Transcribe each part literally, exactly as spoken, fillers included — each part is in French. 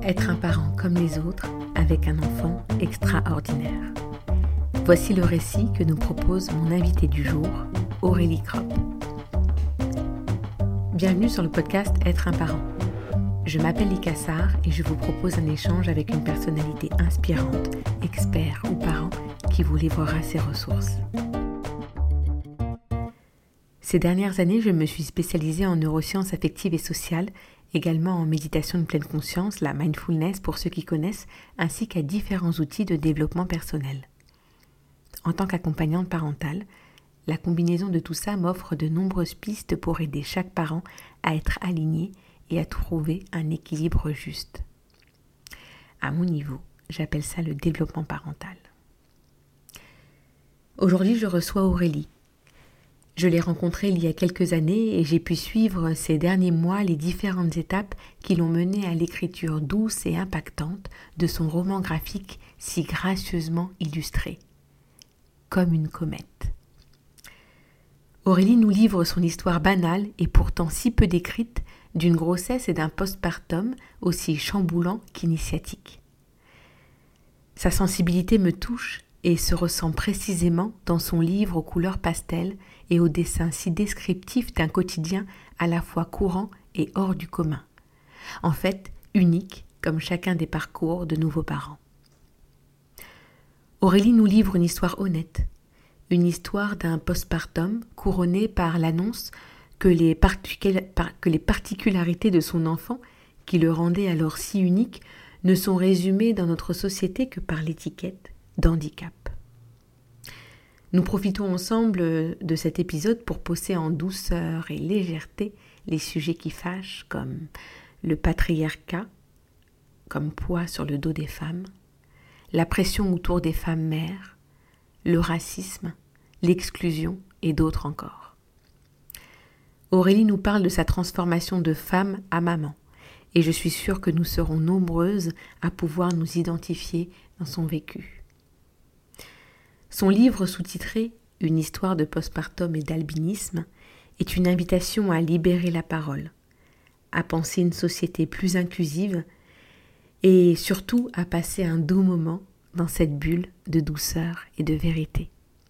Être un parent comme les autres, avec un enfant extraordinaire. Voici le récit que nous propose mon invité du jour, Aurélie Kropp. Bienvenue sur le podcast Être un parent. Je m'appelle Lika Sarr et je vous propose un échange avec une personnalité inspirante, expert ou parent qui vous livrera ses ressources. Ces dernières années, je me suis spécialisée en neurosciences affectives et sociales, également en méditation de pleine conscience, la mindfulness pour ceux qui connaissent, ainsi qu'à différents outils de développement personnel. En tant qu'accompagnante parentale, la combinaison de tout ça m'offre de nombreuses pistes pour aider chaque parent à être aligné et à trouver un équilibre juste. À mon niveau, j'appelle ça le développement parental. Aujourd'hui, je reçois Aurélie. Je l'ai rencontrée il y a quelques années et j'ai pu suivre ces derniers mois les différentes étapes qui l'ont menée à l'écriture douce et impactante de son roman graphique si gracieusement illustré, Comme une comète. Aurélie nous livre son histoire banale et pourtant si peu décrite d'une grossesse et d'un postpartum aussi chamboulant qu'initiatique. Sa sensibilité me touche et se ressent précisément dans son livre aux couleurs pastel et au dessin si descriptif d'un quotidien à la fois courant et hors du commun. En fait, unique comme chacun des parcours de nouveaux parents. Aurélie nous livre une histoire honnête, une histoire d'un postpartum couronné par l'annonce que les, particul- que les particularités de son enfant, qui le rendaient alors si unique, ne sont résumées dans notre société que par l'étiquette d'handicap. Nous profitons ensemble de cet épisode pour poser en douceur et légèreté les sujets qui fâchent, comme le patriarcat, comme poids sur le dos des femmes, la pression autour des femmes mères, le racisme, l'exclusion et d'autres encore. Aurélie nous parle de sa transformation de femme à maman, et je suis sûre que nous serons nombreuses à pouvoir nous identifier dans son vécu. Son livre sous-titré « Une histoire de postpartum et d'albinisme » est une invitation à libérer la parole, à penser une société plus inclusive et surtout à passer un doux moment dans cette bulle de douceur et de vérité.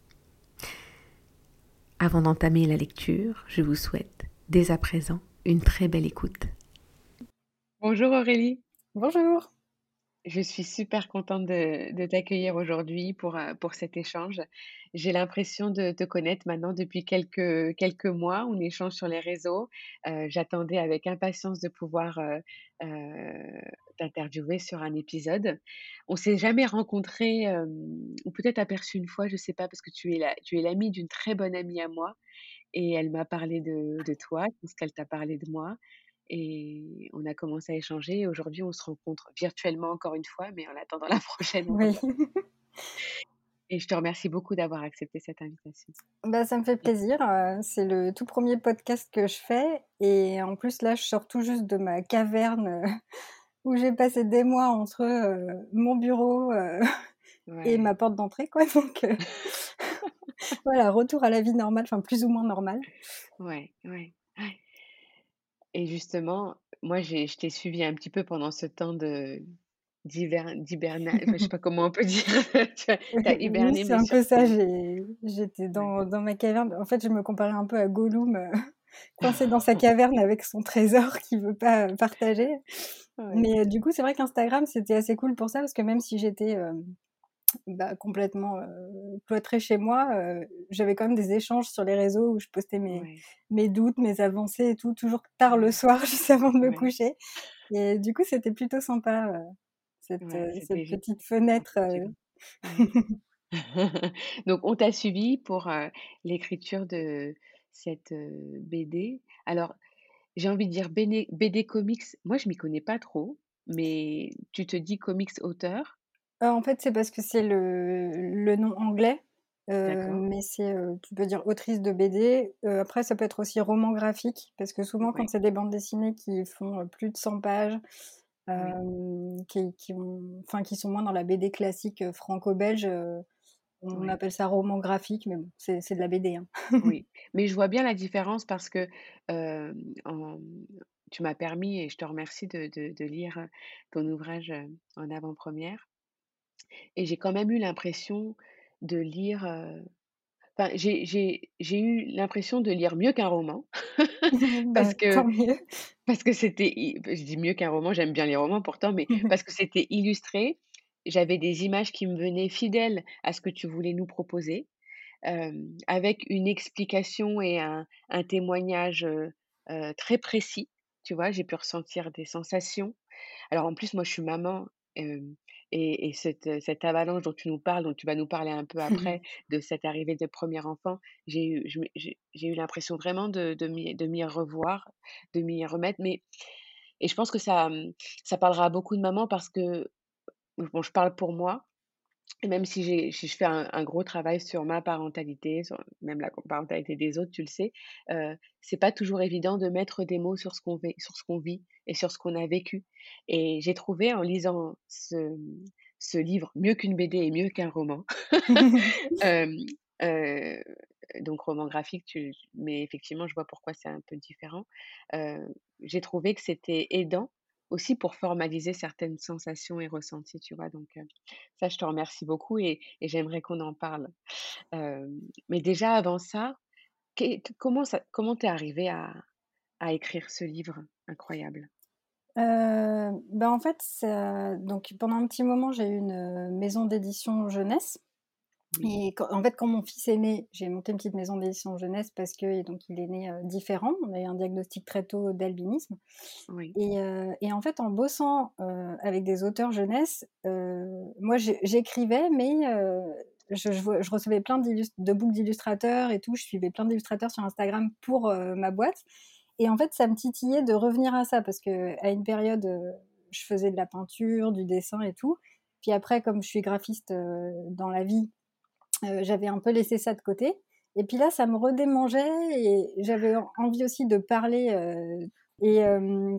Avant d'entamer la lecture, je vous souhaite dès à présent une très belle écoute. Bonjour Aurélie. Bonjour. Je suis super contente de, de t'accueillir aujourd'hui pour, euh, pour cet échange. J'ai l'impression de te connaître maintenant depuis quelques, quelques mois. On échange sur les réseaux. Euh, j'attendais avec impatience de pouvoir euh, euh, t'interviewer sur un épisode. On s'est jamais rencontrés, euh, ou peut-être aperçu une fois, je sais pas, parce que tu es la, tu es l'amie d'une très bonne amie à moi. Et elle m'a parlé de, de toi, je pense qu'elle t'a parlé de moi. Et on a commencé à échanger. Et aujourd'hui, on se rencontre virtuellement encore une fois, mais en attendant la prochaine, on Oui, revoit. Et je te remercie beaucoup d'avoir accepté cette invitation. bah, ça me fait plaisir. euh, C'est le tout premier podcast que je fais. Et en plus, là, je sors tout juste de ma caverne euh, où j'ai passé des mois entre euh, mon bureau euh, et ma Ouais, porte d'entrée, quoi. Donc, euh, voilà, retour à la vie normale, enfin, plus ou moins normale. ouais, ouais. Ouais. Et justement, moi, j'ai, je t'ai suivi un petit peu pendant ce temps de d'hiver, d'hibernage, enfin, je sais pas comment on peut dire. Tu as, Oui, t'as oui, hiberné, c'est mais un peu ça. surtout. J'ai, j'étais Ouais. dans, dans ma caverne. En fait, je me comparais un peu à Gollum, euh, coincé dans sa caverne avec son trésor qu'il veut pas euh, partager. Ouais, Mais euh, du coup, c'est vrai qu'Instagram, c'était assez cool pour ça, parce que même si j'étais euh, bah, complètement euh, cloîtrée chez moi, euh, j'avais quand même des échanges sur les réseaux où je postais mes, ouais, mes doutes, mes avancées et tout, toujours tard le ouais, soir, juste avant de me ouais, coucher. Et du coup, c'était plutôt sympa, euh, cette, ouais, euh, c'était cette juste petite fenêtre. pour euh. suivre. Ouais. Donc, on t'a suivi pour euh, l'écriture de cette euh, B D. Alors, j'ai envie de dire B D, B D comics. Moi, je m'y connais pas trop, mais tu te dis comics auteur, Euh, en fait, c'est parce que c'est le, le nom anglais, euh, d'accord? mais c'est, euh, tu peux dire autrice de B D. Euh, après, ça peut être aussi roman graphique, parce que souvent, quand Oui, c'est des bandes dessinées qui font euh, plus de cent pages, oui, euh, qui, qui, ont, enfin, qui sont moins dans la B D classique euh, franco-belge, euh, on oui, appelle ça roman graphique, mais bon, c'est, c'est de la B D, hein. oui. Mais je vois bien la différence parce que euh, en- tu m'as permis et je te remercie de de de lire, heu, ton ouvrage, heu, en avant-première et j'ai quand même eu l'impression de lire, heu, enfin, j'ai j'ai j'ai eu l'impression de lire mieux qu'un roman Bah, parce que tant mieux. parce que c'était i je dis mieux qu'un roman, j'aime bien les romans pourtant, mais parce que c'était illustré. J'avais des images qui me venaient fidèles à ce que tu voulais nous proposer, hem, avec une explication et un un témoignage, heu heu, très précis, tu vois? J'ai pu ressentir des sensations. Alors en plus, moi, je suis maman, hem et et cette, heu, cette avalanche dont tu nous parles, dont tu vas nous parler un peu après, de cette arrivée de premier enfant, j'ai eu je me j'ai j'ai eu l'impression vraiment de de m'y de m'y revoir, de m'y remettre, mais et je pense que ça, mmh, ça parlera à beaucoup de mamans parce que, bon, je parle pour moi et même si j'ai si je fais un un gros travail sur ma parentalité, sur même la parentalité des autres, tu le sais, heu, c'est pas toujours évident de mettre des mots sur ce qu'on vit sur ce qu'on vit et sur ce qu'on a vécu et j'ai trouvé en lisant ce, mmh, ce livre, mieux qu'une B D et mieux qu'un roman, hem, heu, donc roman graphique, tu mais effectivement, je vois pourquoi c'est un peu différent. Heu, j'ai trouvé que c'était aidant aussi pour formaliser certaines sensations et ressentis, tu vois? Donc heu, ça, je te remercie beaucoup et et j'aimerais qu'on en parle. Hem, mais déjà avant ça, qu'est q comment ça comment tu es arrivée à à écrire ce livre incroyable? Heu, bah, en fait, ça donc pendant un petit moment, j'ai eu une, heu, maison d'édition jeunesse Oui, et quand en fait, quand mon fils est né, j'ai monté une petite maison d'édition jeunesse parce que donc il est né, heu, différent. On a eu un diagnostic très tôt d'albinisme oui, et heu et en fait, en bossant, heu, avec des auteurs jeunesse, heu, moi j'é j'écrivais mais heu, je je voi je recevais plein d'illus de books d'illustrateurs et tout. Je suivais plein d'illustrateurs sur Instagram pour, heu, ma boîte et en fait, ça me titillait de revenir à ça parce qu'à une période, heu, je faisais de la peinture, du dessin et tout. Puis après, comme je suis graphiste, heu, dans la vie, heu, j'avais un peu laissé ça de côté et puis là, ça me redémangeait et j'avais en envie aussi de parler, heu et hem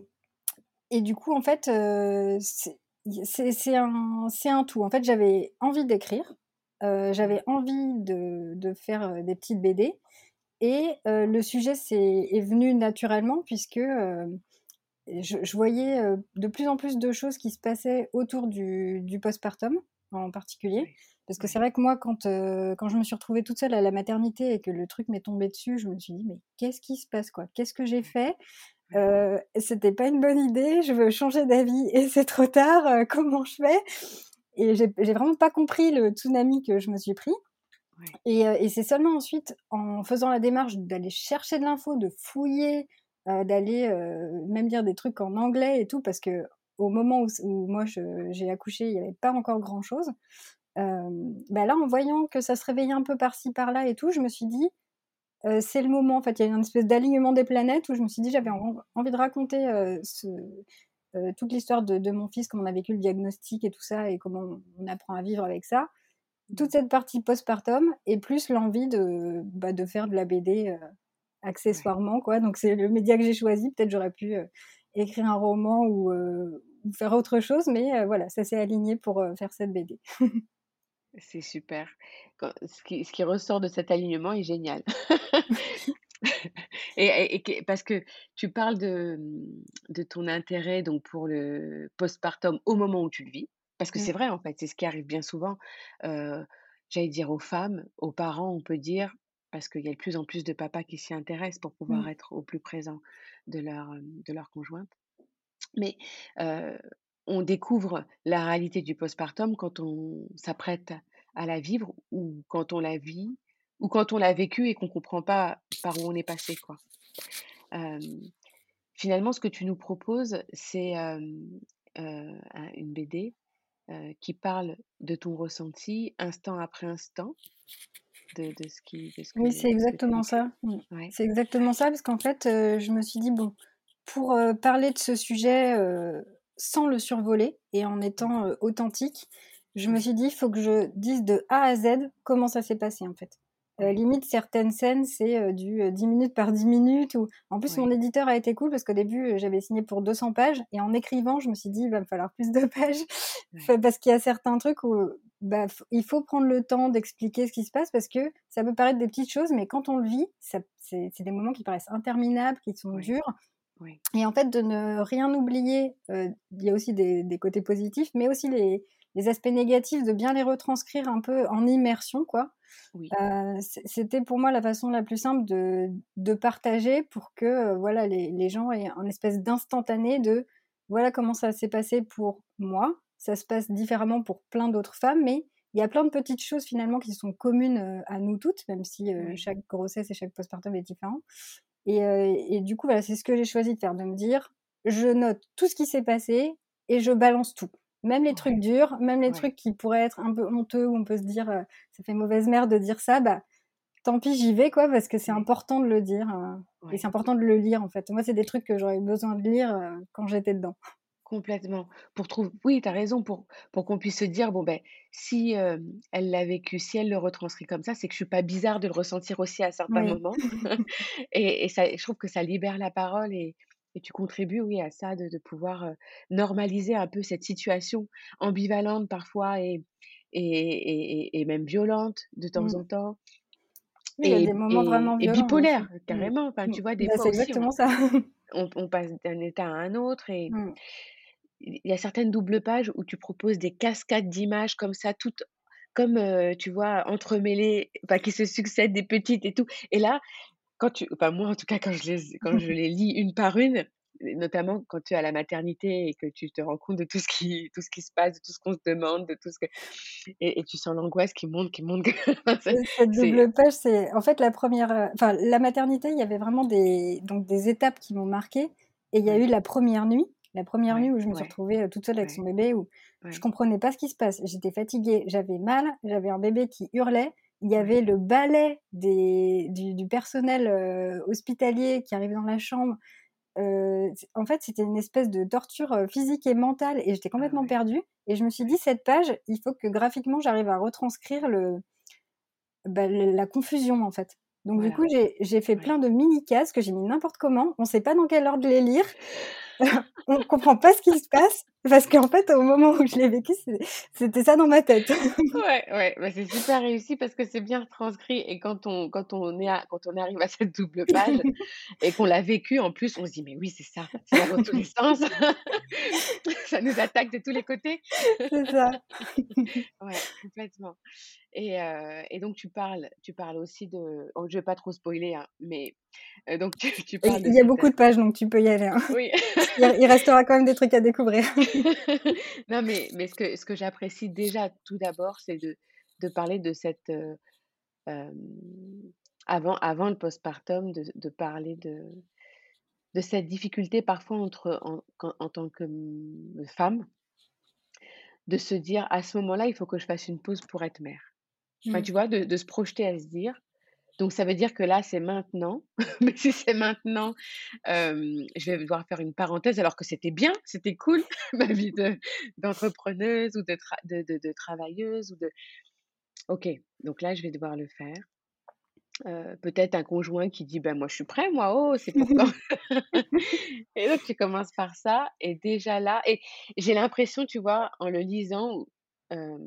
et du coup, en fait, heu, c'est y c'est c'est un c'est un tout. En fait, j'avais envie d'écrire, heu, j'avais oui, envie de de faire, heu, des petites B D et heu, le sujet c'est est venu naturellement puisque, hem, je je voyais, heu, de plus en plus de choses qui se passaient autour du du postpartum, en particulier. oui, Parce que c'est oui, vrai que moi, quand, heu, quand je me suis retrouvée toute seule à la maternité et que le truc m'est tombé dessus, je me suis dit: «Mais qu'est-ce qui se passe, quoi? Qu'est-ce que j'ai oui, fait? oui, Heu, c'était pas une bonne idée, je veux changer d'avis et c'est trop tard, heu, comment je fais?» Et j'ai j'ai vraiment pas compris le tsunami que je me suis pris oui, et heu et c'est seulement ensuite, en faisant la démarche d'aller chercher de l'info, de fouiller, heu, d'aller, heu, même lire des trucs en anglais et tout parce qu'au moment où c où moi je j'ai accouché, il y avait pas encore grand chose. Hem, bah, là, en voyant que ça se réveillait un peu par-ci par-là et tout, je me suis dit: Heu, c'est le moment, en fait, il y a eu une espèce d'alignement des planètes où je me suis dit: «J'avais oui, en envie de raconter, heu, ce heu, toute l'histoire de de mon fils, comment on a vécu le diagnostic et tout ça et comment on on apprend à vivre avec ça». Toute mmh, cette partie postpartum et plus l'envie de, bah, de faire de la B D, heu, ouais. accessoirement, quoi. Donc c'est le média que j'ai choisi. Peut-être j'aurais pu, heu, écrire un roman ou, heu, ou faire autre chose, mais heu, voilà, ça s'est aligné pour, heu, faire cette B D. C'est super. Quand ce qui ce qui ressort de cet alignement est génial. Et et et que parce que tu parles de, mmh, de ton intérêt donc pour le postpartum au moment où tu le vis. Parce que Mmh, c'est vrai, en fait, c'est ce qui arrive bien souvent, heu, j'allais dire aux femmes, aux parents, on peut dire, parce qu'il y a de plus en plus de papas qui s'y intéressent pour mmh. pouvoir être au plus présent de leur, hem, de leur conjointe. Mais, heu, on découvre la réalité du postpartum quand on s'apprête à la vivre ou quand on la vit ou quand on l'a vécue et qu'on comprend pas par où on est passé, quoi. Hem, Finalement, ce que tu nous proposes, c'est, hem, heu, un une B D, heu, qui parle de ton ressenti instant après instant, de de ce qui de ce que Oui, c'est ce que tu exactement vécu. ça. Mmh. Ouais, C'est exactement ça parce qu'en fait, heu, je me suis dit: «Bon, pour, heu, parler de ce sujet, heu, sans le survoler et en ouais, étant, heu, authentique», je me ouais, suis dit: «Il faut que je dise de A à Z comment ça s'est passé, en fait». Heu, ouais, limite certaines scènes, c'est, heu, du, heu, dix minutes par dix minutes ou en plus mon ouais, éditeur a été cool parce qu'au début, heu, j'avais signé pour deux cents pages et en écrivant, je me suis dit: «Il va me falloir plus de pages». ouais, Enfin, parce qu'il y a certains trucs où, bah, f il faut prendre le temps d'expliquer ce qui se passe parce que ça peut paraître des petites choses, mais quand on le vit, ça c'est c'est des moments qui paraissent interminables, qui sont ouais, durs Ouais. Et en fait, de ne rien oublier, heu, il y a aussi des des côtés positifs, mais aussi les les aspects négatifs, de bien les retranscrire un peu en immersion, quoi. Oui. Heu, c c'était pour moi la façon la plus simple de de partager pour que, heu, voilà, les les gens aient un espèce d'instantané de: «Voilà comment ça s'est passé pour moi». Ça se passe différemment pour plein d'autres femmes, mais il y a plein de petites choses finalement qui sont communes, heu, à nous toutes, même si, heu, Ouais. chaque grossesse et chaque postpartum est différent. Et heu et du coup, voilà, c'est ce que j'ai choisi de faire, de me dire: «Je note tout ce qui s'est passé et je balance tout». Même les trucs Ouais. durs, même les Ouais. trucs qui pourraient être un peu honteux, où on peut se dire, heu: «Ça fait mauvaise mère de dire ça», bah, tant pis, j'y vais quoi, parce que c'est Ouais. important de le dire, heu et c'est Ouais. important de le lire, en fait. Moi, c'est des trucs que j'aurais eu besoin de lire, heu, quand j'étais dedans. Complètement. Pour trouv oui, tu as raison, pour pour qu'on puisse se dire: «Bon, beh, si, hem, elle l'a vécu, si elle le retranscrit comme ça, c'est que je suis pas bizarre de le ressentir aussi à certains Oui. moments». Et et ça je trouve que ça libère la parole et et tu contribues, oui, à ça, de de pouvoir, heu, normaliser un peu cette situation ambivalente parfois et et et et et même violente de temps en Mmh. temps Oui, il y a et des moments et vraiment et violents, bien sûr. bipolaire, Mmh. carrément. Enfin, Mmh. tu vois, des Bah, fois c'est aussi, on exactement ça. on on passe d'un état à un autre et Mmh. il y a certaines doubles pages où tu proposes des cascades d'images comme ça, toutes comme, heu, tu vois, entremêlées, enfin qui se succèdent, des petites et tout. Et là, quand tu enfin moi en tout cas quand je les quand je les lis une par une, et notamment quand tu es à la maternité et que tu te rends compte de tout ce qui tout ce qui se passe, de tout ce qu'on se demande, de tout ce que et et tu sens l'angoisse qui monte, qui monte, c'est Heu, cette c'est double page, c'est en fait la première, re enfin la maternité, il y avait vraiment des donc des étapes qui m'ont marquée et il y a eu ouais, la première nuit. La première nuit ouais, où je me suis ouais, retrouvée, heu, toute seule avec son ouais, bébé, où je ouais, comprenais pas ce qui se passe. J'étais fatiguée, j'avais mal, j'avais un bébé qui hurlait. Il y avait ouais, le balai des du du personnel, heu, hospitalier qui arrivait dans la chambre. Heu, c En fait, c'était une espèce de torture, heu, physique et mentale et j'étais ah complètement ouais, perdue et je me suis dit: ouais, «Cette page, il faut que graphiquement j'arrive à retranscrire le bah, le la confusion, en fait». Donc du voilà, coup, j'ai j'ai fait ouais. plein de mini cases que j'ai mis n'importe comment. On sait pas dans quel ordre les lire. On comprend pas ce qui se passe parce qu'en fait, au moment où je l'ai vécu, c'est c'était ça dans ma tête. Ouais, ouais, bah, c'est super réussi parce que c'est bien retranscrit et quand on quand on est à quand on arrive à cette double page et qu'on l'a vécu en plus, on se dit: «Mais oui, c'est ça, ça va dans tous les sens, ça nous attaque de tous les côtés». C'est ça. Ouais, complètement et heu et donc tu parles tu parles aussi de oh, je vais pas trop spoiler, hein, mais heu, donc tu tu Il parles de il y a cette, beaucoup heu de pages, donc tu peux y aller, hein. oui. Il il restera quand même des trucs à découvrir. Non, mais mais ce que ce que j'apprécie déjà tout d'abord, c'est de de parler de cette, heu, hem, avant avant le postpartum, de de parler de de cette difficulté parfois entre en quand en tant que, mmh, femme, de se dire: «À ce moment-là, il faut que je fasse une pause pour être mère». Enfin, Mmh. tu vois? De de se projeter à se dire: «Donc ça veut dire que là, c'est maintenant, mais si c'est maintenant, hem, je vais devoir faire une parenthèse alors que c'était bien, c'était cool ma vie de d'entrepreneuse ou de tra de de de travailleuse ou de OK, donc là, je vais devoir le faire». Heu, peut-être un conjoint qui dit: «Ben, moi, je suis prêt, moi, oh, c'est pour quand?» Et donc tu commences par ça et déjà là et j'ai l'impression, tu vois, en le lisant ou hem,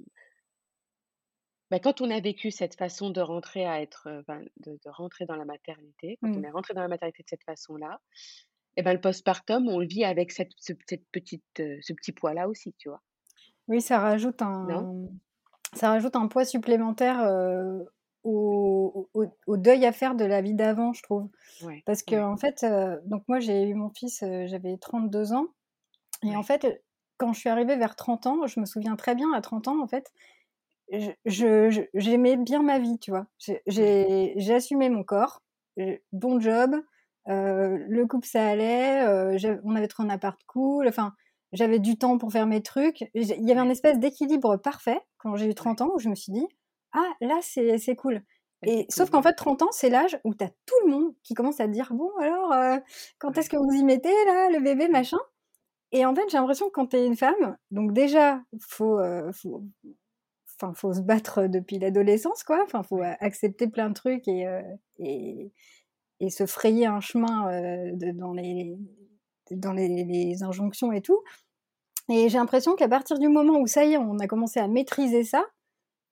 bah, quand on a vécu cette façon de rentrer à être, heu, enfin, de de rentrer dans la maternité, quand on Mmh. est rentré dans la maternité de cette façon-là et ben, le postpartum, on le vit avec cette ce cette petite, heu, ce petit poids-là aussi, tu vois? Oui, ça rajoute Non? un ça rajoute un poids supplémentaire, heu, au au au deuil à faire de la vie d'avant, je trouve. Ouais, Parce ouais, qu'en fait, heu, donc moi j'ai eu mon fils, heu, j'avais trente-deux ans et en ouais, fait, quand je suis arrivée vers trente ans, je me souviens très bien à trente ans, en fait, je je je j'aimais bien ma vie, tu vois? J'ai ouais, j'ai j'ai assumé mon corps, heu, bon job, heu, le couple ça allait, heu, je on avait trouvé un appart cool, enfin, j'avais du temps pour faire mes trucs. Et j'ai il y avait un ouais, espèce d'équilibre parfait quand j'ai eu ouais. trente ans où je me suis dit: «Ah là, c'est c'est cool». Bah, Et c'est sauf cool, qu'en ouais. fait trente ans, c'est l'âge où tu as tout le monde qui commence à te dire: «Bon alors, heu, quand est-ce Ouais, que vous y mettez là, le bébé ouais, machin?» Et en fait, j'ai l'impression que quand tu es une femme, donc déjà, faut, heu, faut enfin, faut se battre depuis l'adolescence, quoi. Enfin, faut a ouais, accepter plein de trucs et heu et et se frayer un chemin, heu, de dans les dans les les injonctions et tout. Et j'ai l'impression qu'à partir du moment où ça y est, on a commencé à maîtriser ça,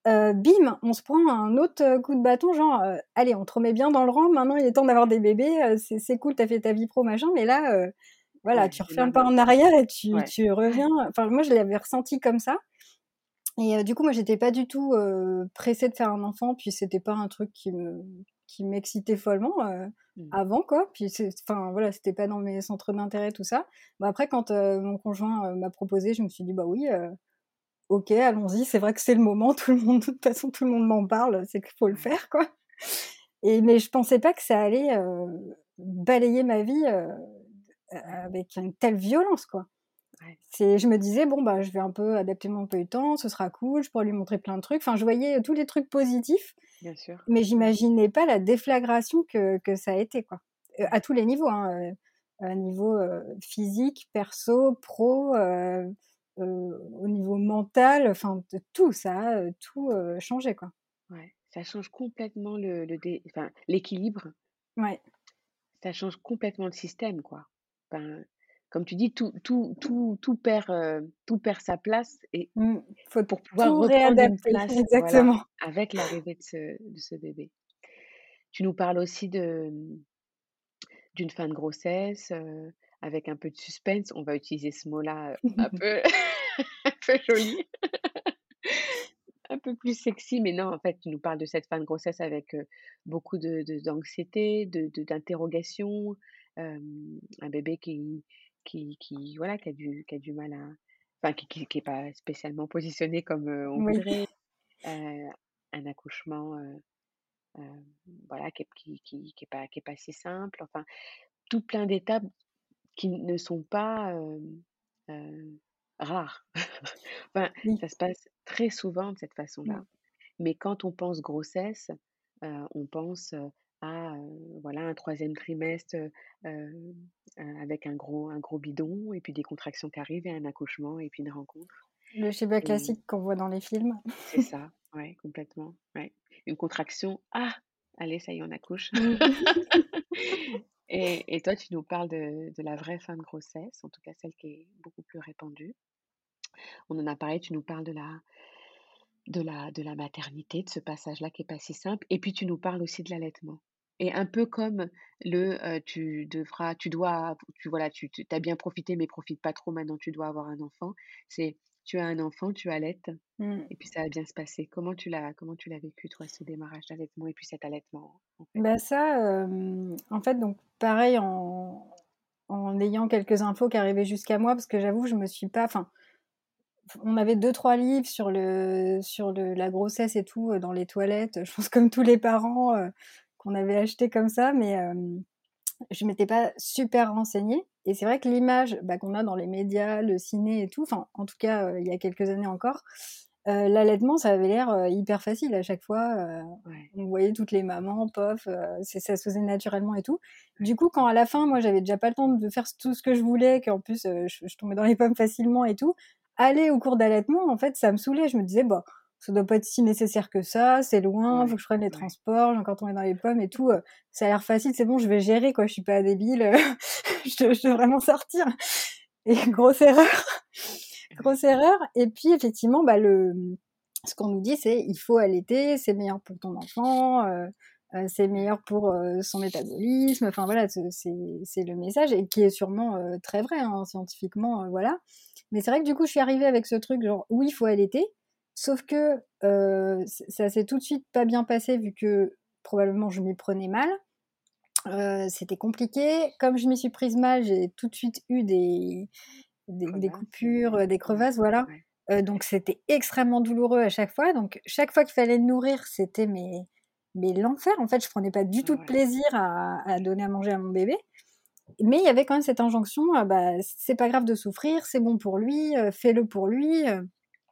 heu, bim, on se prend un autre, heu, coup de bâton, genre, heu: «Allez, on te remet bien dans le rang, maintenant il est temps d'avoir des bébés, heu, c'est c'est cool, tu as fait ta vie pro, machin, mais là, heu, voilà, Ouais, tu refais un pas démarre. en arrière et tu Ouais. tu reviens». Enfin, moi, je l'avais ressenti comme ça et heu, du coup, moi, j'étais pas du tout, heu, pressée de faire un enfant, puis c'était pas un truc qui me qui m'excitait follement, heu, Mmh. avant, quoi. Puis c'est enfin, voilà, c'était pas dans mes centres d'intérêt, tout ça. Bah, après, quand, heu, mon conjoint, heu, m'a proposé, je me suis dit: «Bah oui, heu, OK, allons-y, c'est vrai que c'est le moment, tout le monde de toute façon, tout le monde m'en parle, c'est qu'il faut le Ouais. faire, quoi». Et mais je pensais pas que ça allait, heu, balayer ma vie, heu, Ouais. avec une telle violence, quoi. Ouais. C'est je me disais: «Bon, bah, je vais un peu adapter mon emploi du temps, ce sera cool, je pourrai lui montrer plein de trucs». Enfin, je voyais tous les trucs positifs, Bien sûr. mais Ouais. j'imaginais pas la déflagration que que ça a été, quoi. Heu, Ouais. à tous les niveaux, hein, heu, heu, niveau, heu, physique, perso, pro, heu, heu, au niveau mental, enfin de tout, ça a, heu, tout, heu, changé, quoi. Ouais. Ça change complètement le le dé enfin, l'équilibre. Ouais. Ça change complètement le système, quoi. Enfin, comme tu dis, tout tout tout tout perd, heu, tout perd sa place et Mmh. Faut pour pouvoir tout reprendre une réadapter, place, voilà, exactement. avec l'arrivée de ce de ce bébé. Tu nous parles aussi de, mmh, d'une fin de grossesse, heu, avec un peu de suspense. On va utiliser ce mot-là, heu, un peu un peu joli, un peu plus sexy, mais non, en fait, tu nous parles de cette fin de grossesse avec, heu, beaucoup de de d'anxiété, de de d'interrogation, hem, un bébé qui qui qui voilà, qui a du qui a du mal à enfin, qui qui qui est pas spécialement positionné comme, heu, on Oui. voudrait, heu, un accouchement, heu, heu, voilà, qui est qui qui qui est pas qui est pas si simple, enfin, tout plein d'étapes qui ne sont pas, hem, heu, rares. Enfin, Oui. ça se passe très souvent de cette façon-là. Mmh. Mais quand on pense grossesse, heu, on pense, heu, à, heu, voilà, un troisième trimestre, heu, heu, heu, avec un gros un gros bidon et puis des contractions qui arrivent et un accouchement et puis une rencontre Le schéma et classique qu'on voit dans les films. c'est ça, ouais, complètement, ouais. Une contraction: «Ah! Allez, ça y est, on accouche». Mmh. Et et toi, tu nous parles de de la vraie fin de grossesse, en tout cas celle qui est beaucoup plus répandue. On en a parlé, tu nous parles de la de la de la maternité, de ce passage-là qui est pas si simple et puis tu nous parles aussi de l'allaitement et un peu comme le, heu, tu devras tu dois tu voilà, tu tu as bien profité mais profite pas trop, maintenant tu dois avoir un enfant. C'est tu as un enfant, tu allaites Mmh. et puis ça va bien se passer. Comment tu l'as comment tu l'as vécu toi, ce démarrage d'allaitement et puis cet allaitement, en fait? Bah, ça, hem, en fait, donc pareil en en ayant quelques infos qui arrivaient jusqu'à moi, parce que j'avoue, je me suis pas enfin, on avait deux trois livres sur le sur le la grossesse et tout, heu, dans les toilettes, je pense comme tous les parents, heu, qu'on avait acheté comme ça, mais hem, je m'étais pas super renseignée et c'est vrai que l'image, bah, qu'on a dans les médias, le ciné et tout, enfin, en tout cas, heu, il y a quelques années encore, heu, l'allaitement, ça avait l'air, heu, hyper facile à chaque fois, heu, Ouais, on voyait toutes les mamans, pof, heu, c'est ça se faisait naturellement et tout. ouais. Du coup, quand à la fin, moi, j'avais déjà pas le temps de faire tout ce que je voulais, qu'en plus, heu, je je tombais dans les pommes facilement et tout, aller au cours d'allaitement, en fait, ça me saoulait. Je me disais: «Bah, ça doit pas être si nécessaire que ça, c'est loin, faut Ouais, que je prenne les ouais. transports, j'ai encore tombé dans les pommes et tout, heu, ça a l'air facile, c'est bon, je vais gérer, quoi, je suis pas débile, heu, je je devrais m'en sortir». Et grosse erreur, Ouais, grosse erreur et puis effectivement, bah, le ce qu'on nous dit, c'est: «Il faut allaiter, c'est meilleur pour ton enfant, heu heu, c'est ouais, meilleur pour, heu, son métabolisme». Enfin voilà, ce c'est c'est le message et qui est sûrement, heu, très vrai, hein, scientifiquement, heu, voilà. Mais c'est vrai que du coup, je suis arrivée avec ce truc genre: «Oui, il faut allaiter», sauf que, heu, ç ça s'est tout de suite pas bien passé vu que probablement je m'y prenais mal. Heu, c'était compliqué. Comme je m'y suis prise mal, j'ai tout de suite eu des des des crevasse, coupures, ouais, heu, des ouais, crevasses, voilà. ouais, Heu, donc c'était extrêmement douloureux à chaque fois. Donc chaque fois qu'il fallait le nourrir, c'était mais mais l'enfer. En fait, je prenais pas du ah tout de ouais, plaisir à à donner à manger à mon bébé. Mais il y avait quand même cette injonction, heu, bah, c'est pas grave de souffrir, c'est bon pour lui, heu, fais-le pour lui, heu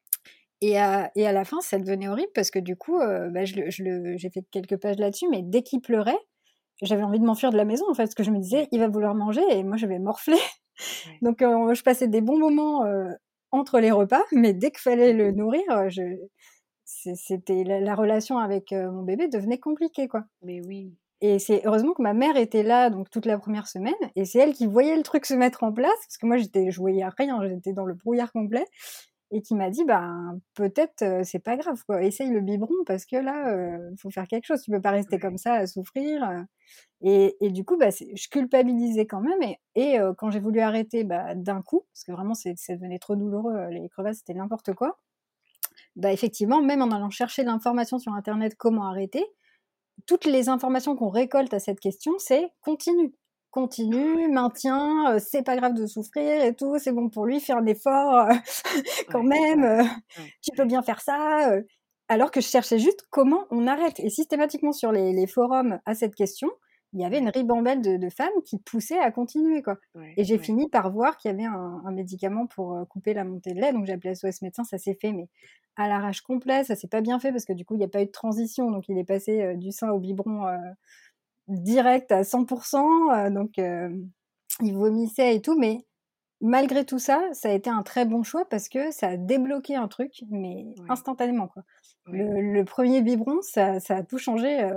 et à et à la fin, ça devenait horrible parce que du coup, heu, bah, je le je le j'ai fait quelques pages là-dessus, mais dès qu'il pleurait, j'avais envie de m'enfuir de la maison, en fait, parce que je me disais: ouais, «Il va vouloir manger» et moi je vais morfler. ouais, Donc heu, je passais des bons moments, heu, entre les repas, mais dès qu'il fallait ouais. le nourrir, heu, je c'est c'était la la relation avec, heu, mon bébé devenait compliquée, quoi. Mais oui, Et c'est heureusement que ma mère était là, donc toute la première semaine et c'est elle qui voyait le truc se mettre en place, parce que moi j'étais je voyais rien, j'étais dans le brouillard complet et qui m'a dit: «Ben, peut-être, heu, c'est pas grave quoi, essaye le biberon parce que là, heu, faut faire quelque chose. Tu peux pas rester Ouais. comme ça à souffrir, heu» et et du coup, bah, c'est je culpabilisais quand même et et heu, quand j'ai voulu arrêter, bah, d'un coup, parce que vraiment c'est ça devenait trop douloureux, heu, les crevasses, c'était n'importe quoi. Bah, effectivement, même en allant chercher l'information sur internet comment arrêter, toutes les informations qu'on récolte à cette question, c'est: «Continue, continue, maintiens, heu, c'est pas grave de souffrir et tout, c'est bon pour lui, fais un effort, heu, quand Ouais, même, ouais, heu, ouais, tu peux ouais. bien faire ça», heu, alors que je cherchais juste comment on arrête et systématiquement sur les les forums à cette question, il y avait une Ouais, ribambelle de de femmes qui poussaient à continuer, quoi ouais, et j'ai ouais. fini par voir qu'il y avait un un médicament pour, heu, couper la montée de lait, donc j'ai appelé S O S médecin, ça s'est fait, mais à l'arrache complet, ça s'est pas bien fait parce que du coup, il y a pas eu de transition, donc il est passé, heu, du sein au biberon, heu, direct à cent pour cent, heu, donc hem, il vomissait et tout, mais malgré tout ça, ça a été un très bon choix parce que ça a débloqué un truc, mais Ouais, instantanément, quoi. ouais. Le le premier biberon, ça ça a tout changé, heu,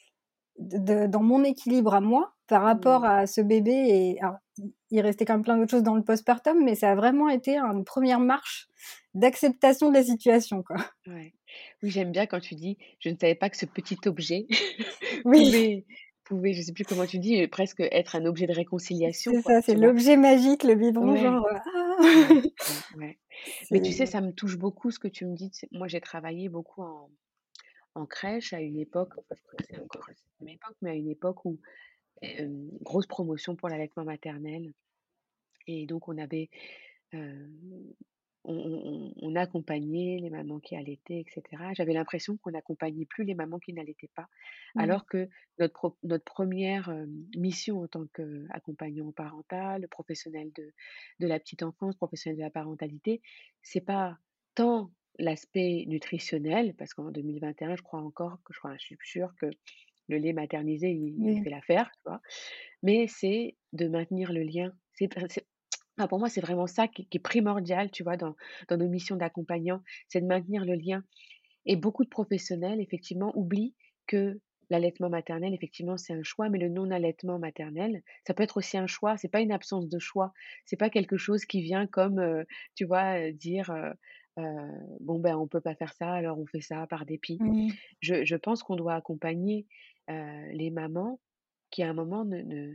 de de dans mon équilibre à moi, par rapport Mmh. à ce bébé et alors, il il restait quand même plein d'autres choses dans le postpartum, mais ça a vraiment été une première marche d'acceptation de la situation, quoi. Ouais. Oui, j'aime bien quand tu dis: «Je ne savais pas que ce petit objet Oui. pouvait pouvait», je sais plus comment tu dis, heu, presque être un objet de réconciliation C'est quoi, ça, c'est tu vois? l'objet magique, le biberon, Ouais, genre, heu, ah! ouais, ouais, ouais. Mais tu sais, C'est ça me touche beaucoup ce que tu me dis, tu sais, moi j'ai travaillé beaucoup en en crèche à une époque, enfin je crois que c'est encore cette même époque, mais à une époque où, hem, grosse promotion pour l'allaitement maternel et donc on avait, hem, on on on on accompagnait les mamans qui allaitaient et cetera. J'avais l'impression qu'on n'accompagnait plus les mamans qui n'allaitaient pas, mmh, alors que notre pro notre première re mission en tant qu'accompagnant parental, professionnel de de la petite enfance, professionnel de la parentalité, c'est pas tant l'aspect nutritionnel, parce qu'en deux mille vingt et un, je crois encore que je crois, je suis sûre que le lait maternisé, il il oui, fait l'affaire, tu vois? Mais c'est de maintenir le lien. C'est p c'est enfin, pour moi, c'est vraiment ça qui qui est primordial, tu vois, dans dans nos missions d'accompagnant, c'est de maintenir le lien et beaucoup de professionnels, effectivement, oublient que l'allaitement maternel, effectivement, c'est un choix, mais le non-allaitement maternel, ça peut être aussi un choix. C'est pas une absence de choix. C'est pas quelque chose qui vient comme, heu, tu vois, heu, dire, heu heu: «Bon, ben, on peut pas faire ça, alors on fait ça par dépit». mmh, Je je pense qu'on doit accompagner, heu, les mamans qui, à un moment, ne ne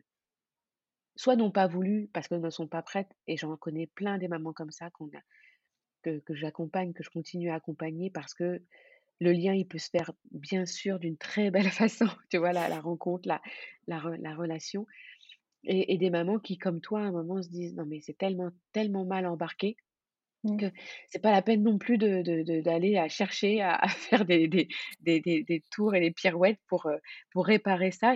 soit n'ont pas voulu parce qu'elles ne sont pas prêtes et j'en connais plein des mamans comme ça qu'on a que que j'accompagne, que je continue à accompagner parce que le lien, il peut se faire bien sûr d'une très belle façon, tu vois? La la rencontre, la la re la relation et et des mamans qui, comme toi, à un moment se disent: «Non mais c'est tellement tellement mal embarqué mmh. que c'est pas la peine non plus de de de d'aller à chercher à à faire des des des des des tours et des pirouettes pour, heu, pour réparer ça».